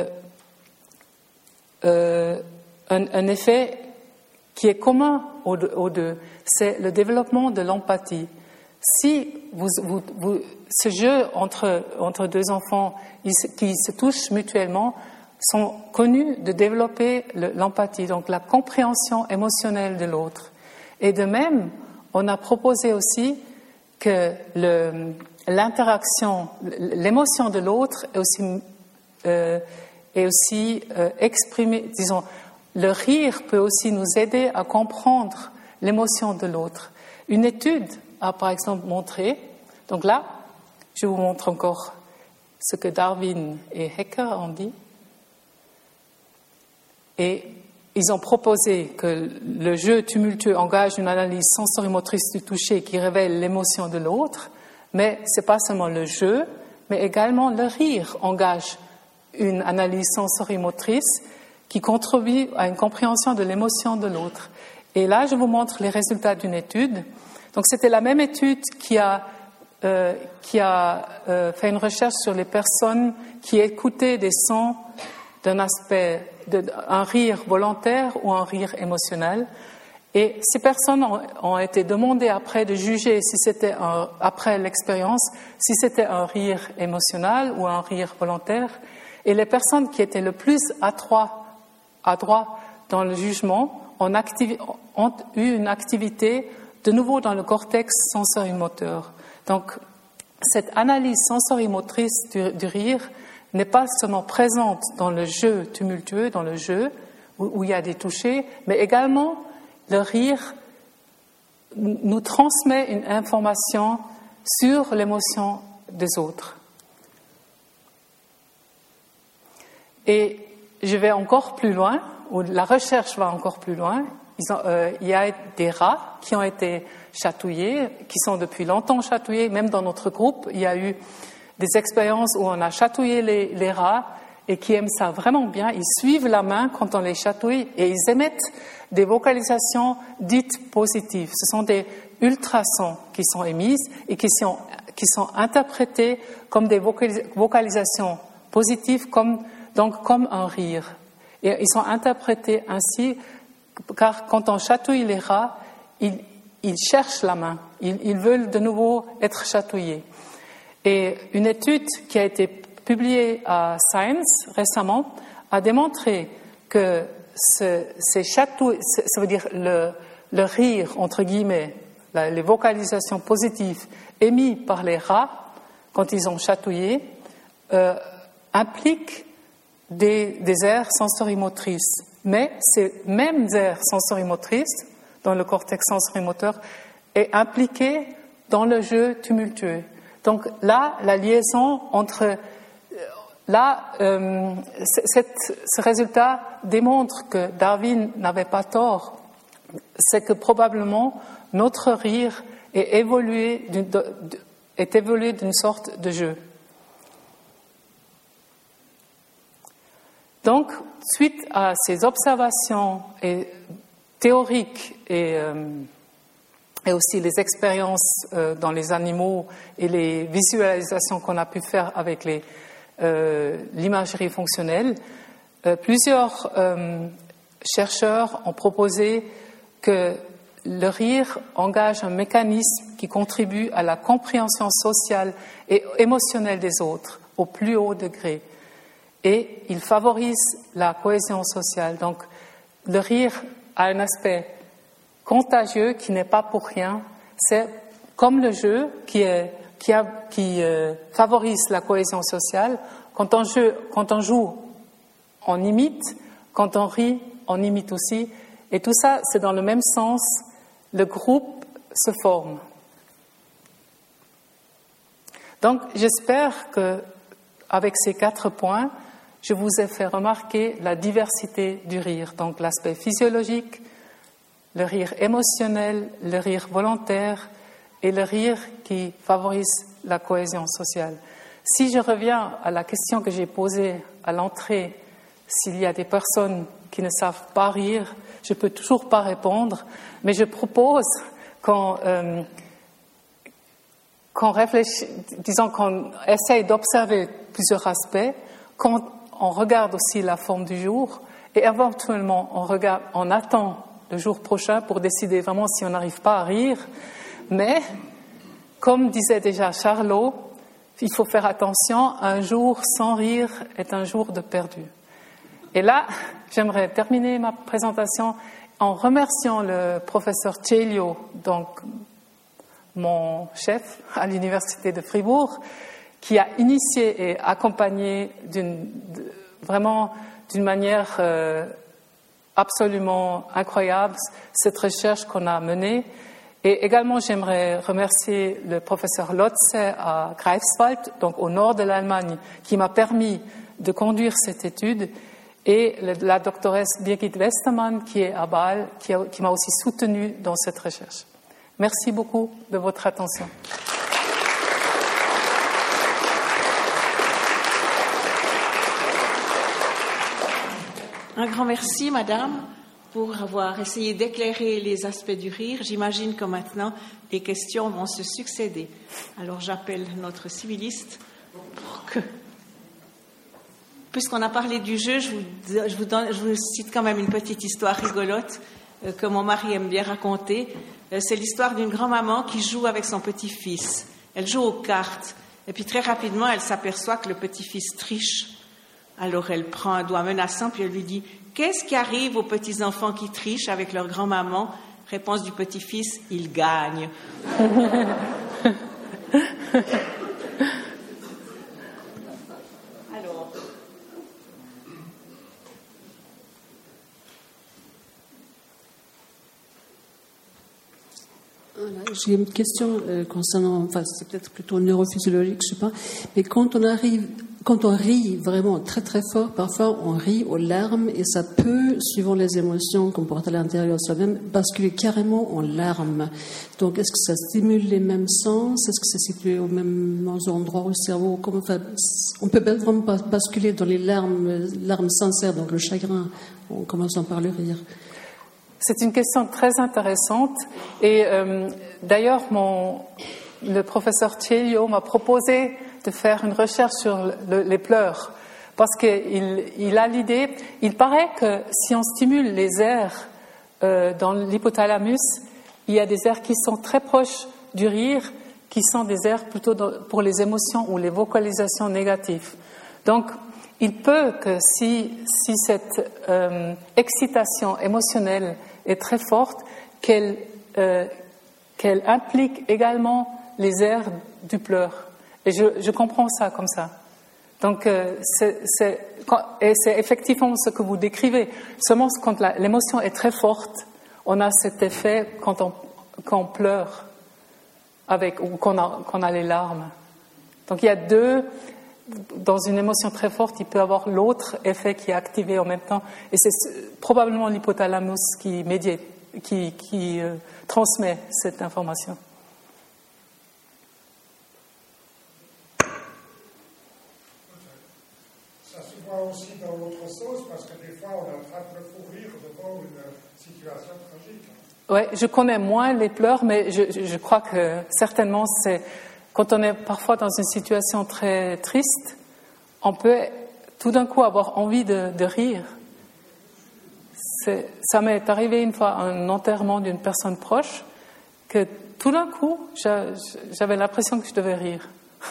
un effet qui est commun aux deux, c'est le développement de l'empathie. Si ce jeu entre deux enfants qui se touchent mutuellement sont connus de développer l'empathie, donc la compréhension émotionnelle de l'autre. Et de même, on a proposé aussi que l'interaction, l'émotion de l'autre est aussi exprimée, disons, le rire peut aussi nous aider à comprendre l'émotion de l'autre. Une étude a par exemple montré, donc là, je vous montre encore ce que Darwin et Hecker ont dit. Et ils ont proposé que le jeu tumultueux engage une analyse sensorimotrice du toucher qui révèle l'émotion de l'autre, mais ce n'est pas seulement le jeu, mais également le rire engage une analyse sensorimotrice qui contribue à une compréhension de l'émotion de l'autre. Et là, je vous montre les résultats d'une étude. Donc, c'était la même étude qui a fait une recherche sur les personnes qui écoutaient des sons un rire volontaire ou un rire émotionnel. Et ces personnes ont été demandées après de juger après l'expérience, si c'était un rire émotionnel ou un rire volontaire. Et les personnes qui étaient le plus adroits dans le jugement ont eu une activité de nouveau dans le cortex sensorimoteur. Donc, cette analyse sensorimotrice du rire n'est pas seulement présente dans le jeu tumultueux, dans le jeu où il y a des touchés, mais également le rire nous transmet une information sur l'émotion des autres. Et je vais encore plus loin, ou la recherche va encore plus loin. Il y a des rats qui ont été chatouillés, qui sont depuis longtemps chatouillés. Même dans notre groupe, il y a eu des expériences où on a chatouillé les rats et qui aiment ça vraiment bien. Ils suivent la main quand on les chatouille et ils émettent des vocalisations dites positives. Ce sont des ultrasons qui sont émises et qui sont interprétés comme des vocalisations positives, comme un rire. Et ils sont interprétés ainsi car quand on chatouille les rats, ils cherchent la main, ils veulent de nouveau être chatouillés. Et une étude qui a été publiée à Science récemment a démontré que ça veut dire le rire, entre guillemets, les vocalisations positives émises par les rats quand ils ont chatouillé, impliquent des aires sensorimotrices. Mais ces mêmes aires sensorimotrices, dans le cortex sensorimoteur, est impliquée dans le jeu tumultueux. Donc là, la liaison entre... ce résultat démontre que Darwin n'avait pas tort. C'est que probablement notre rire est évolué d'une sorte de jeu. Donc, suite à ces observations théoriques et aussi les expériences dans les animaux et les visualisations qu'on a pu faire avec l'imagerie fonctionnelle, plusieurs chercheurs ont proposé que le rire engage un mécanisme qui contribue à la compréhension sociale et émotionnelle des autres au plus haut degré. Et il favorise la cohésion sociale. Donc, le rire a un aspect contagieux qui n'est pas pour rien. C'est comme le jeu qui favorise la cohésion sociale. Quand on joue, on imite. Quand on rit, on imite aussi. Et tout ça, c'est dans le même sens. Le groupe se forme. Donc, j'espère que, avec ces 4 points, je vous ai fait remarquer la diversité du rire. Donc, l'aspect physiologique, le rire émotionnel, le rire volontaire et le rire qui favorise la cohésion sociale. Si je reviens à la question que j'ai posée à l'entrée, s'il y a des personnes qui ne savent pas rire, je ne peux toujours pas répondre, mais je propose qu'on essaye d'observer plusieurs aspects, qu'on regarde aussi la forme du jour, et éventuellement on attend le jour prochain pour décider vraiment si on n'arrive pas à rire. Mais, comme disait déjà Charlot, il faut faire attention, un jour sans rire est un jour de perdu. Et là, j'aimerais terminer ma présentation en remerciant le professeur Celio, donc mon chef à l'université de Fribourg, qui a initié et accompagné vraiment d'une manière absolument incroyable cette recherche qu'on a menée. Et également, j'aimerais remercier le professeur Lotze à Greifswald, donc au nord de l'Allemagne, qui m'a permis de conduire cette étude, et la doctoresse Birgit Westermann, qui est à Bâle, qui m'a aussi soutenue dans cette recherche. Merci beaucoup de votre attention. Un grand merci, madame, pour avoir essayé d'éclairer les aspects du rire. J'imagine que maintenant, les questions vont se succéder. Alors, j'appelle notre civiliste pour que... Puisqu'on a parlé du jeu, je vous cite quand même une petite histoire rigolote que mon mari aime bien raconter. C'est l'histoire d'une grand-maman qui joue avec son petit-fils. Elle joue aux cartes. Et puis, très rapidement, elle s'aperçoit que le petit-fils triche. Alors, elle prend un doigt menaçant, puis elle lui dit « Qu'est-ce qui arrive aux petits-enfants qui trichent avec leur grand-maman ?» Réponse du petit-fils « Ils gagnent. » Alors. J'ai une question concernant, enfin c'est peut-être plutôt neurophysiologique, je sais pas, mais quand on rit vraiment très très fort, parfois on rit aux larmes et ça peut, suivant les émotions qu'on porte à l'intérieur de soi-même, basculer carrément en larmes. Donc est-ce que ça stimule les mêmes sens? Est-ce que c'est situé au même endroit au cerveau? On peut vraiment basculer dans les larmes sincères, donc le chagrin, en commençant par le rire. C'est une question très intéressante et d'ailleurs le professeur Celio m'a proposé de faire une recherche sur les pleurs parce qu'il a l'idée, il paraît que si on stimule les aires dans l'hypothalamus, il y a des aires qui sont très proches du rire, qui sont des aires plutôt pour les émotions ou les vocalisations négatives. Donc, il peut que si cette excitation émotionnelle est très forte, qu'elle implique également les aires du pleur. Et je comprends ça comme ça. Donc, c'est effectivement ce que vous décrivez. Seulement, quand l'émotion est très forte, on a cet effet quand on pleure ou qu'on a les larmes. Donc, il y a deux... Dans une émotion très forte, il peut y avoir l'autre effet qui est activé en même temps. Et c'est probablement l'hypothalamus qui transmet cette information. Ça se voit aussi dans l'autre sens, parce que des fois, on attrape le fou rire devant une situation tragique. Oui, je connais moins les pleurs, mais je crois que certainement c'est... Quand on est parfois dans une situation très triste, on peut tout d'un coup avoir envie de rire. Ça m'est arrivé une fois à un enterrement d'une personne proche, que tout d'un coup, j'avais l'impression que je devais rire.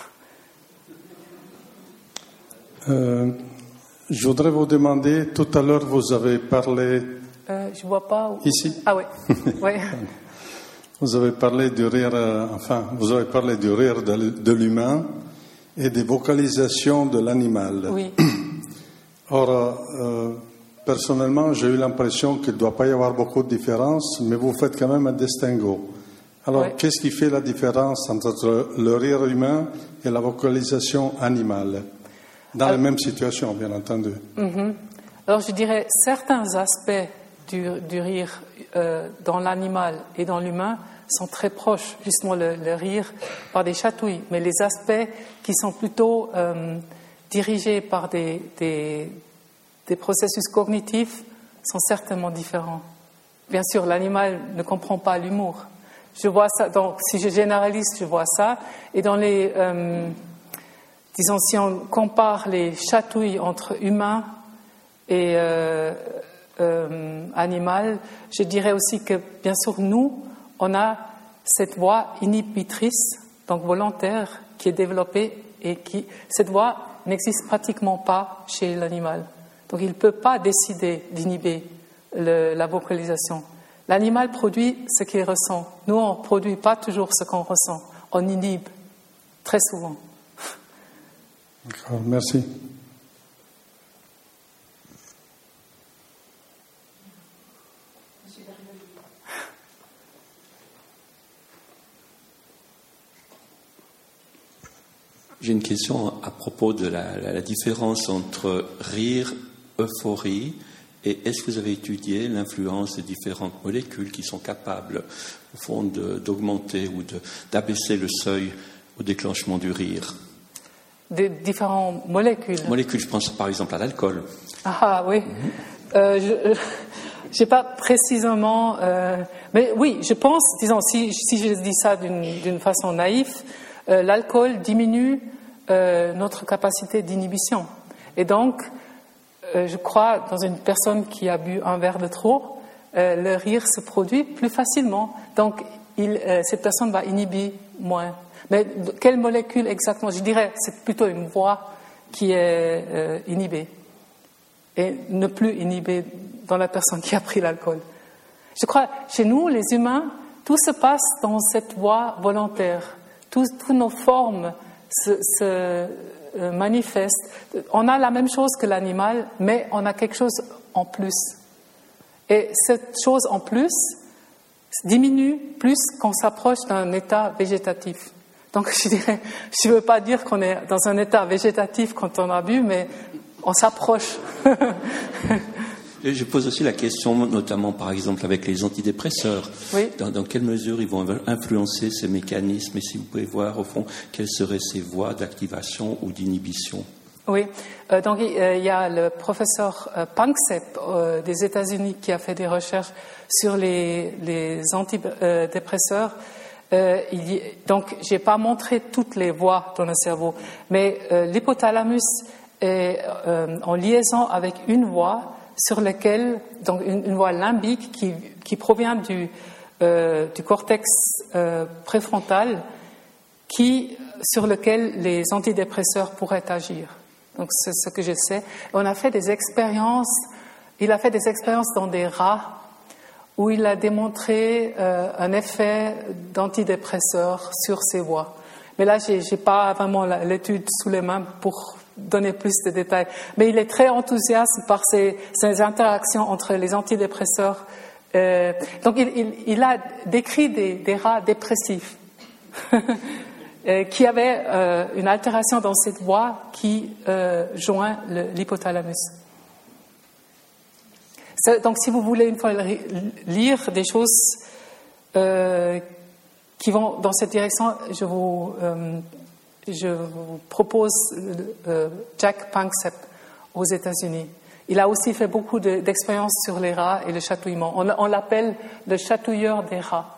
Je voudrais vous demander, tout à l'heure vous avez parlé... je vois pas... Ici. Ah oui. Oui. Vous avez parlé du rire, vous avez parlé du rire de l'humain et des vocalisations de l'animal. Oui. Or, personnellement, j'ai eu l'impression qu'il ne doit pas y avoir beaucoup de différences, mais vous faites quand même un distinguo. Alors, oui. Qu'est-ce qui fait la différence entre le rire humain et la vocalisation animale? Dans la même situation, bien entendu. Mm-hmm. Alors, je dirais certains aspects du rire dans l'animal et dans l'humain sont très proches, justement le rire par des chatouilles, mais les aspects qui sont plutôt dirigés par des processus cognitifs sont certainement différents. Bien sûr, l'animal ne comprend pas l'humour. Je vois ça, donc si je généralise, je vois ça. Et dans les, disons, si on compare les chatouilles entre humains et animal, je dirais aussi que, bien sûr, nous, on a cette voix inhibitrice, donc volontaire, qui est développée et cette voix n'existe pratiquement pas chez l'animal. Donc, il ne peut pas décider d'inhiber la vocalisation. L'animal produit ce qu'il ressent. Nous, on ne produit pas toujours ce qu'on ressent. On inhibe très souvent. D'accord, merci. J'ai une question à propos de la différence entre rire, euphorie, et est-ce que vous avez étudié l'influence des différentes molécules qui sont capables, au fond, d'augmenter ou d'abaisser le seuil au déclenchement du rire? Des différentes molécules. Molécules, je pense par exemple à l'alcool. Ah oui. Je n'ai pas précisément, mais oui, je pense, disons, si je dis ça d'une façon naïve, l'alcool diminue notre capacité d'inhibition. Et donc, je crois, dans une personne qui a bu un verre de trop, le rire se produit plus facilement. Donc, cette personne va inhiber moins. Mais quelle molécule exactement? Je dirais c'est plutôt une voix qui est inhibée et ne plus inhibée dans la personne qui a pris l'alcool. Je crois, chez nous, les humains, tout se passe dans cette voie volontaire. Toutes nos formes se manifestent. On a la même chose que l'animal, mais on a quelque chose en plus. Et cette chose en plus diminue plus qu'on s'approche d'un état végétatif. Donc je dirais, je ne veux pas dire qu'on est dans un état végétatif quand on a bu, mais on s'approche. Je pose aussi la question, notamment par exemple avec les antidépresseurs. Oui. Dans quelle mesure ils vont influencer ces mécanismes, et si vous pouvez voir au fond quelles seraient ces voies d'activation ou d'inhibition? Oui, donc il y a le professeur Panksepp des États-Unis qui a fait des recherches sur les antidépresseurs. Donc je n'ai pas montré toutes les voies dans le cerveau, mais l'hypothalamus est en liaison avec une voie sur laquelle, donc une voie limbique qui provient du cortex préfrontal, sur lequel les antidépresseurs pourraient agir. Donc c'est ce que je sais. On a fait des expériences. Il a fait des expériences dans des rats où il a démontré un effet d'antidépresseur sur ces voies. Mais là, j'ai pas vraiment l'étude sous les mains pour donner plus de détails. Mais il est très enthousiaste par ces interactions entre les antidépresseurs. Donc, il a décrit des rats dépressifs qui avaient une altération dans cette voie qui joint l'hypothalamus. Donc, si vous voulez une fois lire des choses qui vont dans cette direction, je vous propose Jack Panksepp aux États-Unis. Il a aussi fait beaucoup d'expériences sur les rats et le chatouillement. On l'appelle le chatouilleur des rats.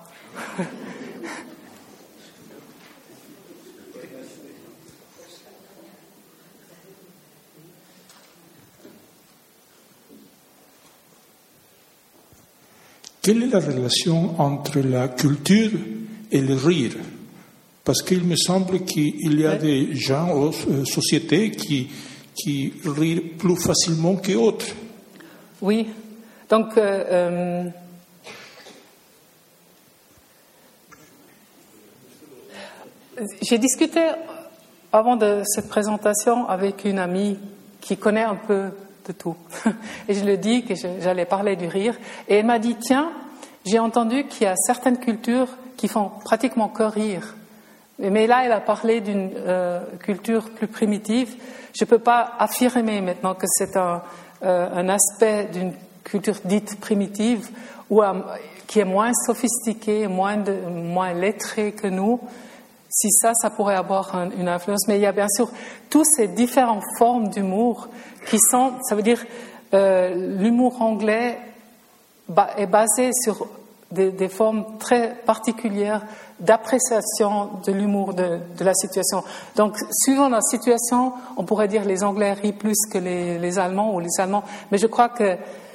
Quelle est la relation entre la culture et le rire? Parce qu'il me semble qu'il y a des gens ou sociétés qui rient plus facilement que d'autres. Oui, donc j'ai discuté avant de cette présentation avec une amie qui connaît un peu de tout. Et je lui ai dit que j'allais parler du rire. Et elle m'a dit, tiens, j'ai entendu qu'il y a certaines cultures qui font pratiquement que rire. Mais là, elle a parlé d'une culture plus primitive. Je ne peux pas affirmer maintenant que c'est un aspect d'une culture dite primitive ou qui est moins sophistiqué, moins lettré que nous, si ça pourrait avoir une influence. Mais il y a bien sûr toutes ces différentes formes d'humour qui sont, ça veut dire, l'humour anglais est basé sur des formes très particulières d'appréciation de l'humour de la situation. Donc, suivant la situation, on pourrait dire les Anglais rient plus que les Allemands ou les Allemands. Mais je crois que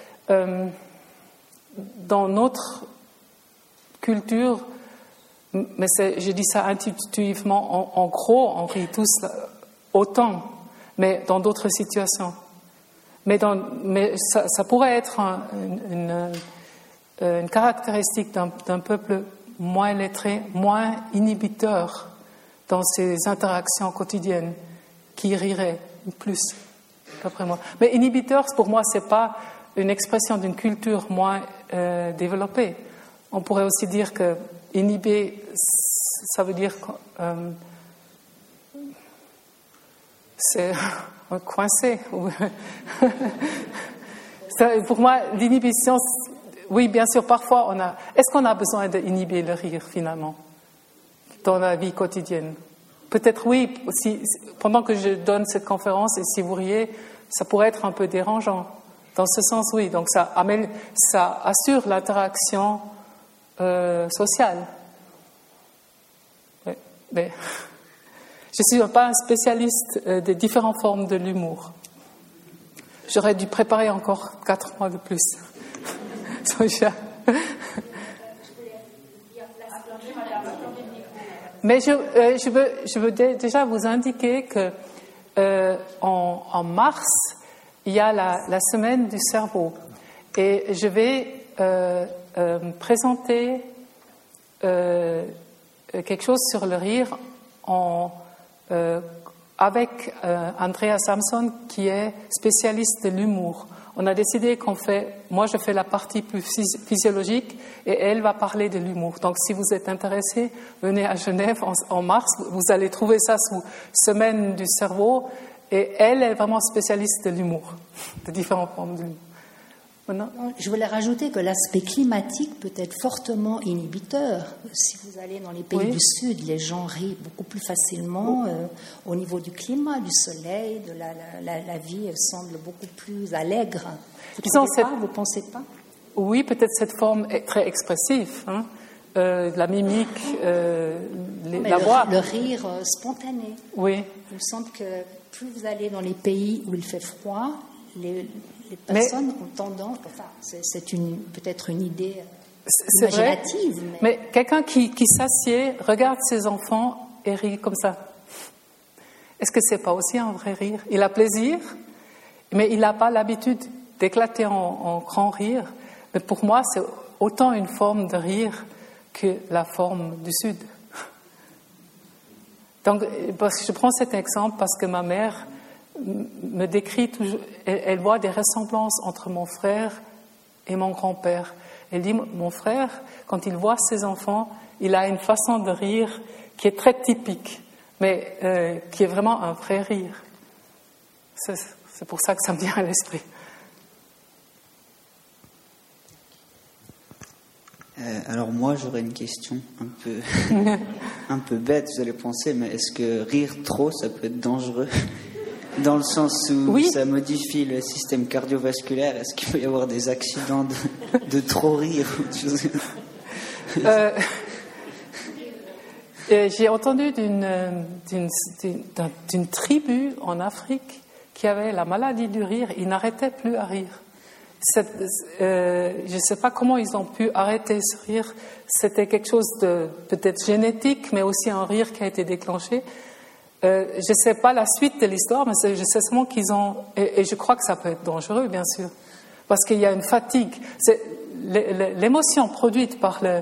dans notre culture, mais je dis ça intuitivement, en gros, on rit tous autant, mais dans d'autres situations. Mais ça pourrait être une caractéristique d'un peuple moins lettré, moins inhibiteur dans ses interactions quotidiennes, qui rirait plus, d'après moi. Mais inhibiteur, pour moi, c'est pas une expression d'une culture moins développée. On pourrait aussi dire que inhiber, ça veut dire c'est coincé. Pour moi, l'inhibition, oui, bien sûr, parfois est-ce qu'on a besoin d'inhiber le rire finalement dans la vie quotidienne? Peut-être oui, pendant que je donne cette conférence et si vous riez, ça pourrait être un peu dérangeant. Dans ce sens, oui. Donc ça assure l'interaction sociale. Mais je ne suis pas un spécialiste des différentes formes de l'humour. J'aurais dû préparer encore 4 mois de plus. Mais je veux déjà vous indiquer que en mars, il y a la semaine du cerveau. Et je vais présenter quelque chose sur le rire avec Andrea Samson, qui est spécialiste de l'humour. On a décidé moi je fais la partie plus physiologique et elle va parler de l'humour. Donc si vous êtes intéressés, venez à Genève en mars, vous allez trouver ça sous Semaine du cerveau, et elle est vraiment spécialiste de l'humour, de différentes formes de l'humour. Maintenant, je voulais rajouter que l'aspect climatique peut être fortement inhibiteur. Si vous allez dans les pays du Sud, les gens rient beaucoup plus facilement au niveau du climat, du soleil, de la vie semble beaucoup plus allègre. Vous pensez pas? Oui, peut-être cette forme est très expressive, la mimique, la voix. Le rire spontané. Oui. Il me semble que plus vous allez dans les pays où il fait froid, les personnes ont tendance, c'est peut-être une idée imaginative. Mais quelqu'un qui s'assied, regarde ses enfants et rit comme ça. Est-ce que c'est pas aussi un vrai rire? Il a plaisir, mais il n'a pas l'habitude d'éclater en grand rire. Mais pour moi, c'est autant une forme de rire que la forme du Sud. Donc, je prends cet exemple parce que ma mère me décrit toujours, elle voit des ressemblances entre mon frère et mon grand-père. Elle dit, mon frère, quand il voit ses enfants, il a une façon de rire qui est très typique, mais qui est vraiment un vrai rire. C'est pour ça que ça me vient à l'esprit. Alors moi, j'aurais une question un peu bête, vous allez penser, mais est-ce que rire trop, ça peut être dangereux ? Dans le sens où ça modifie le système cardiovasculaire, est-ce qu'il peut y avoir des accidents de trop rire? J'ai entendu d'une tribu en Afrique qui avait la maladie du rire. Ils n'arrêtaient plus à rire. Je ne sais pas comment ils ont pu arrêter ce rire. C'était quelque chose de peut-être génétique, mais aussi un rire qui a été déclenché. Je ne sais pas la suite de l'histoire, mais je sais seulement qu'ils ont... Et je crois que ça peut être dangereux, bien sûr, parce qu'il y a une fatigue. L'émotion produite par le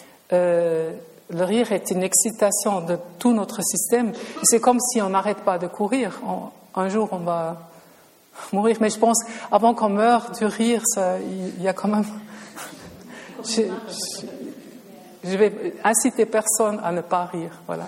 rire est une excitation de tout notre système. C'est comme si on n'arrête pas de courir. Un jour, on va mourir. Mais je pense, avant qu'on meure du rire, il y a quand même... Je vais inciter personne à ne pas rire, voilà.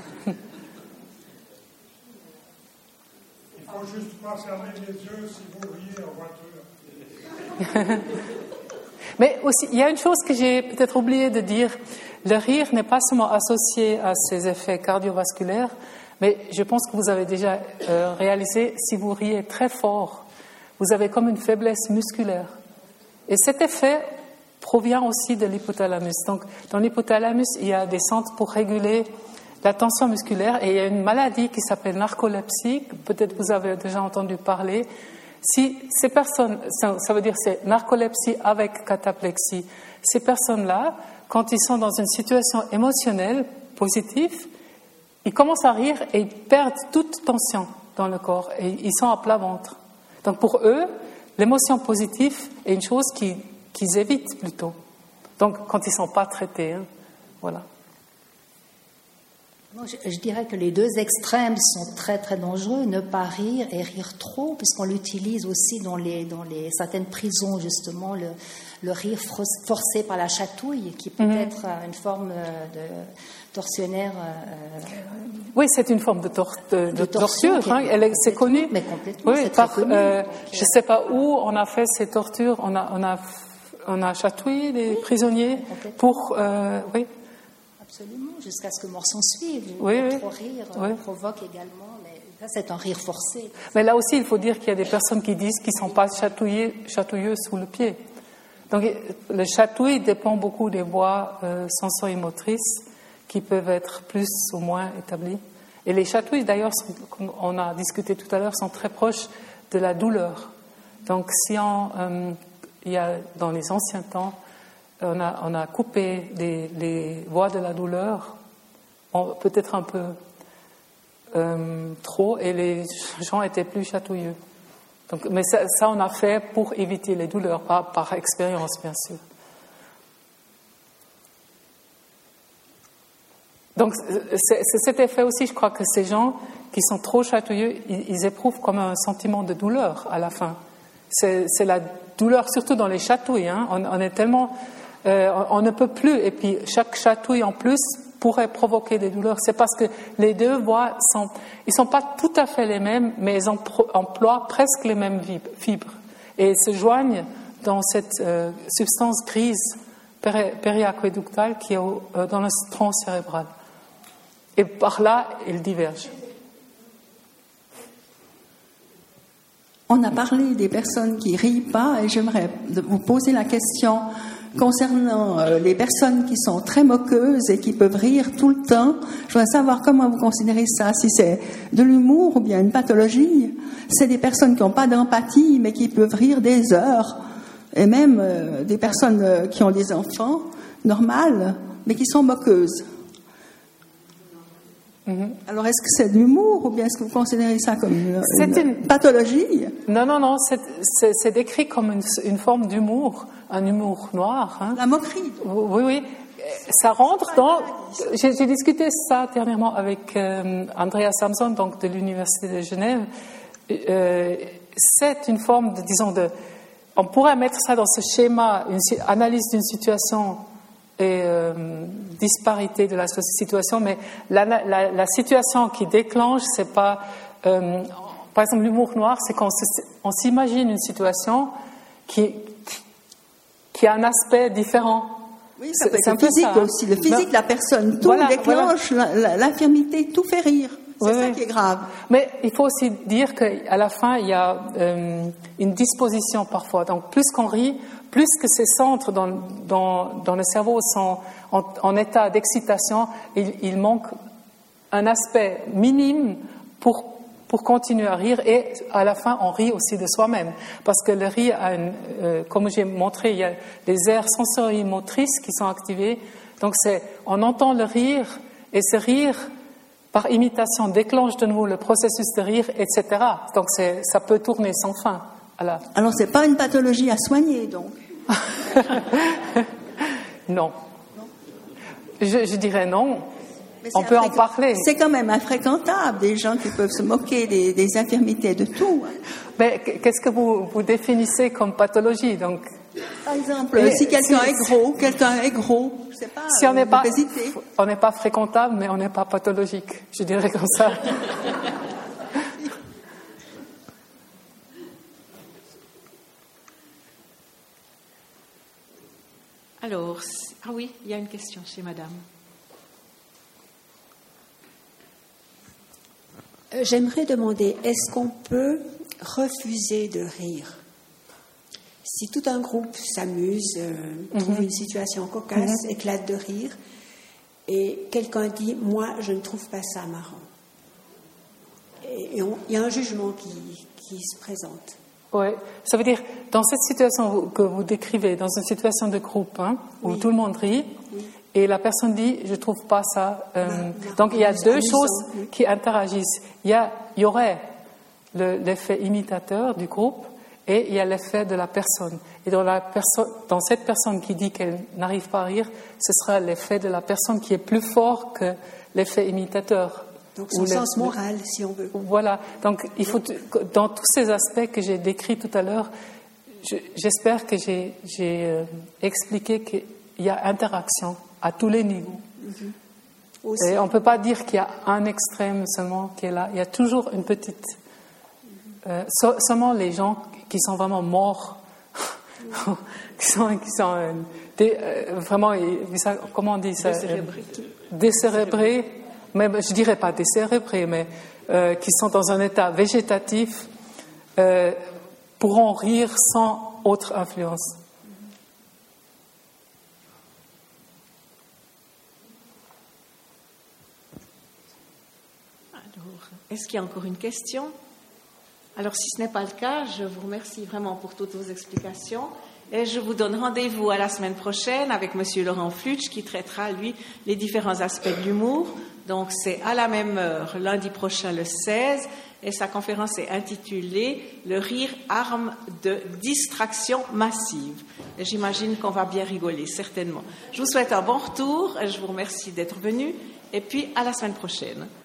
Il faut juste pas fermer les yeux si vous riez en voiture. Mais aussi, il y a une chose que j'ai peut-être oublié de dire. Le rire n'est pas seulement associé à ces effets cardiovasculaires, mais je pense que vous avez déjà réalisé, si vous riez très fort, vous avez comme une faiblesse musculaire. Et cet effet provient aussi de l'hypothalamus. Donc, dans l'hypothalamus, il y a des centres pour réguler la tension musculaire et il y a une maladie qui s'appelle narcolepsie, peut-être vous avez déjà entendu parler. Si ces personnes, ça veut dire c'est narcolepsie avec cataplexie, ces personnes-là, quand ils sont dans une situation émotionnelle positive, ils commencent à rire et ils perdent toute tension dans le corps et ils sont à plat ventre. Donc pour eux, l'émotion positive est une chose qu'ils évitent plutôt. Donc quand ils ne sont pas traités, voilà. Je dirais que les deux extrêmes sont très très dangereux, ne pas rire et rire trop, puisqu'on l'utilise aussi dans certaines prisons, justement, le rire forcé par la chatouille, qui peut être une forme de tortionnaire. Oui, c'est une forme de torture, c'est connu. Mais complètement, oui, c'est très connu. Je ne sais pas où on a fait ces tortures, on a chatouillé les prisonniers pour... oui. Absolument, jusqu'à ce que mort s'en suive. Oui, trop rire provoque également, mais ça c'est un rire forcé. Mais là aussi, il faut dire qu'il y a des personnes qui disent qu'ils ne sont pas chatouilleux sous le pied. Donc le chatouille dépend beaucoup des voies sensorimotrices qui peuvent être plus ou moins établies. Et les chatouilles, d'ailleurs, comme on a discuté tout à l'heure, sont très proches de la douleur. Donc si il y a dans les anciens temps, on a coupé les voies de la douleur, peut-être un peu trop, et les gens étaient plus chatouilleux. Donc, mais ça, on a fait pour éviter les douleurs, pas par expérience, bien sûr. Donc, c'est cet effet aussi, je crois que ces gens qui sont trop chatouilleux, ils éprouvent comme un sentiment de douleur à la fin. C'est la douleur, surtout dans les chatouilles. On est tellement... on ne peut plus, et puis chaque chatouille en plus pourrait provoquer des douleurs. C'est parce que les deux voies sont pas tout à fait les mêmes, mais elles emploient presque les mêmes fibres et se joignent dans cette substance grise périaqueductale qui est dans le tronc cérébral. Et par là, elles divergent. On a parlé des personnes qui rient pas, et j'aimerais vous poser la question concernant les personnes qui sont très moqueuses et qui peuvent rire tout le temps. Je voudrais savoir comment vous considérez ça, si c'est de l'humour ou bien une pathologie. C'est des personnes qui n'ont pas d'empathie, mais qui peuvent rire des heures, et même des personnes qui ont des enfants normales, mais qui sont moqueuses. Alors, est-ce que c'est de l'humour ou bien est-ce que vous considérez ça comme une pathologie? Non, c'est décrit comme une forme d'humour, un humour noir. La moquerie. Oui. Ça rentre dans... J'ai discuté ça dernièrement avec Andrea Samson, donc de l'Université de Genève. C'est une forme on pourrait mettre ça dans ce schéma, une analyse d'une situation et disparité de la situation, mais la situation qui déclenche, c'est pas... par exemple, l'humour noir, c'est quand on s'imagine une situation qui a un aspect différent. Oui, ça peut être le physique aussi. Le physique, la personne, tout déclenche, l'infirmité, tout fait rire. C'est ça qui est grave. Mais il faut aussi dire qu'à la fin, il y a une disposition parfois. Donc, plus qu'on rit, plus que ces centres dans le cerveau sont en état d'excitation, il manque un aspect minime pour continuer à rire, et à la fin, on rit aussi de soi-même. Parce que le rire comme j'ai montré, il y a des aires sensorimotrices qui sont activées. Donc, on entend le rire, et ce rire, par imitation, déclenche de nouveau le processus de rire, etc. Donc, ça peut tourner sans fin. Alors, ce n'est pas une pathologie à soigner, donc? Non. Je dirais non. On peut en parler. C'est quand même infréquentable, des gens qui peuvent se moquer des infirmités, de tout. Mais qu'est-ce que vous définissez comme pathologie, donc? Par exemple, si quelqu'un est gros, je sais pas, si on n'est pas fréquentable, mais on n'est pas pathologique, je dirais comme ça. Alors, ah oui, il y a une question chez madame. J'aimerais demander, est-ce qu'on peut refuser de rire? Si tout un groupe s'amuse, trouve une situation cocasse, éclate de rire, et quelqu'un dit « moi, je ne trouve pas ça marrant ». Et il y a un jugement qui se présente. Oui, ça veut dire, dans cette situation que vous décrivez, dans une situation de groupe, où tout le monde rit, et la personne dit « je ne trouve pas ça donc il y a deux choses qui interagissent. Il y aurait l'effet imitateur du groupe, et il y a l'effet de la personne. Et dans cette personne qui dit qu'elle n'arrive pas à rire, ce sera l'effet de la personne qui est plus fort que l'effet imitateur. Donc son sens moral, si on veut. Voilà. Donc il faut, dans tous ces aspects que j'ai décrits tout à l'heure, j'espère que j'ai expliqué qu'il y a interaction à tous les niveaux. Et on ne peut pas dire qu'il y a un extrême seulement qui est là. Il y a toujours une petite... seulement les gens qui sont vraiment morts, qui sont vraiment, comment on dit ça, décérébrés, mais je dirais pas décérébrés, mais qui sont dans un état végétatif, pourront rire sans autre influence. Alors, est-ce qu'il y a encore une question ? Alors, si ce n'est pas le cas, je vous remercie vraiment pour toutes vos explications et je vous donne rendez-vous à la semaine prochaine avec Monsieur Laurent Flutsch qui traitera, lui, les différents aspects de l'humour. Donc, c'est à la même heure, lundi prochain, le 16, et sa conférence est intitulée « Le rire, arme de distraction massive ». Et j'imagine qu'on va bien rigoler, certainement. Je vous souhaite un bon retour, et je vous remercie d'être venu, et puis à la semaine prochaine.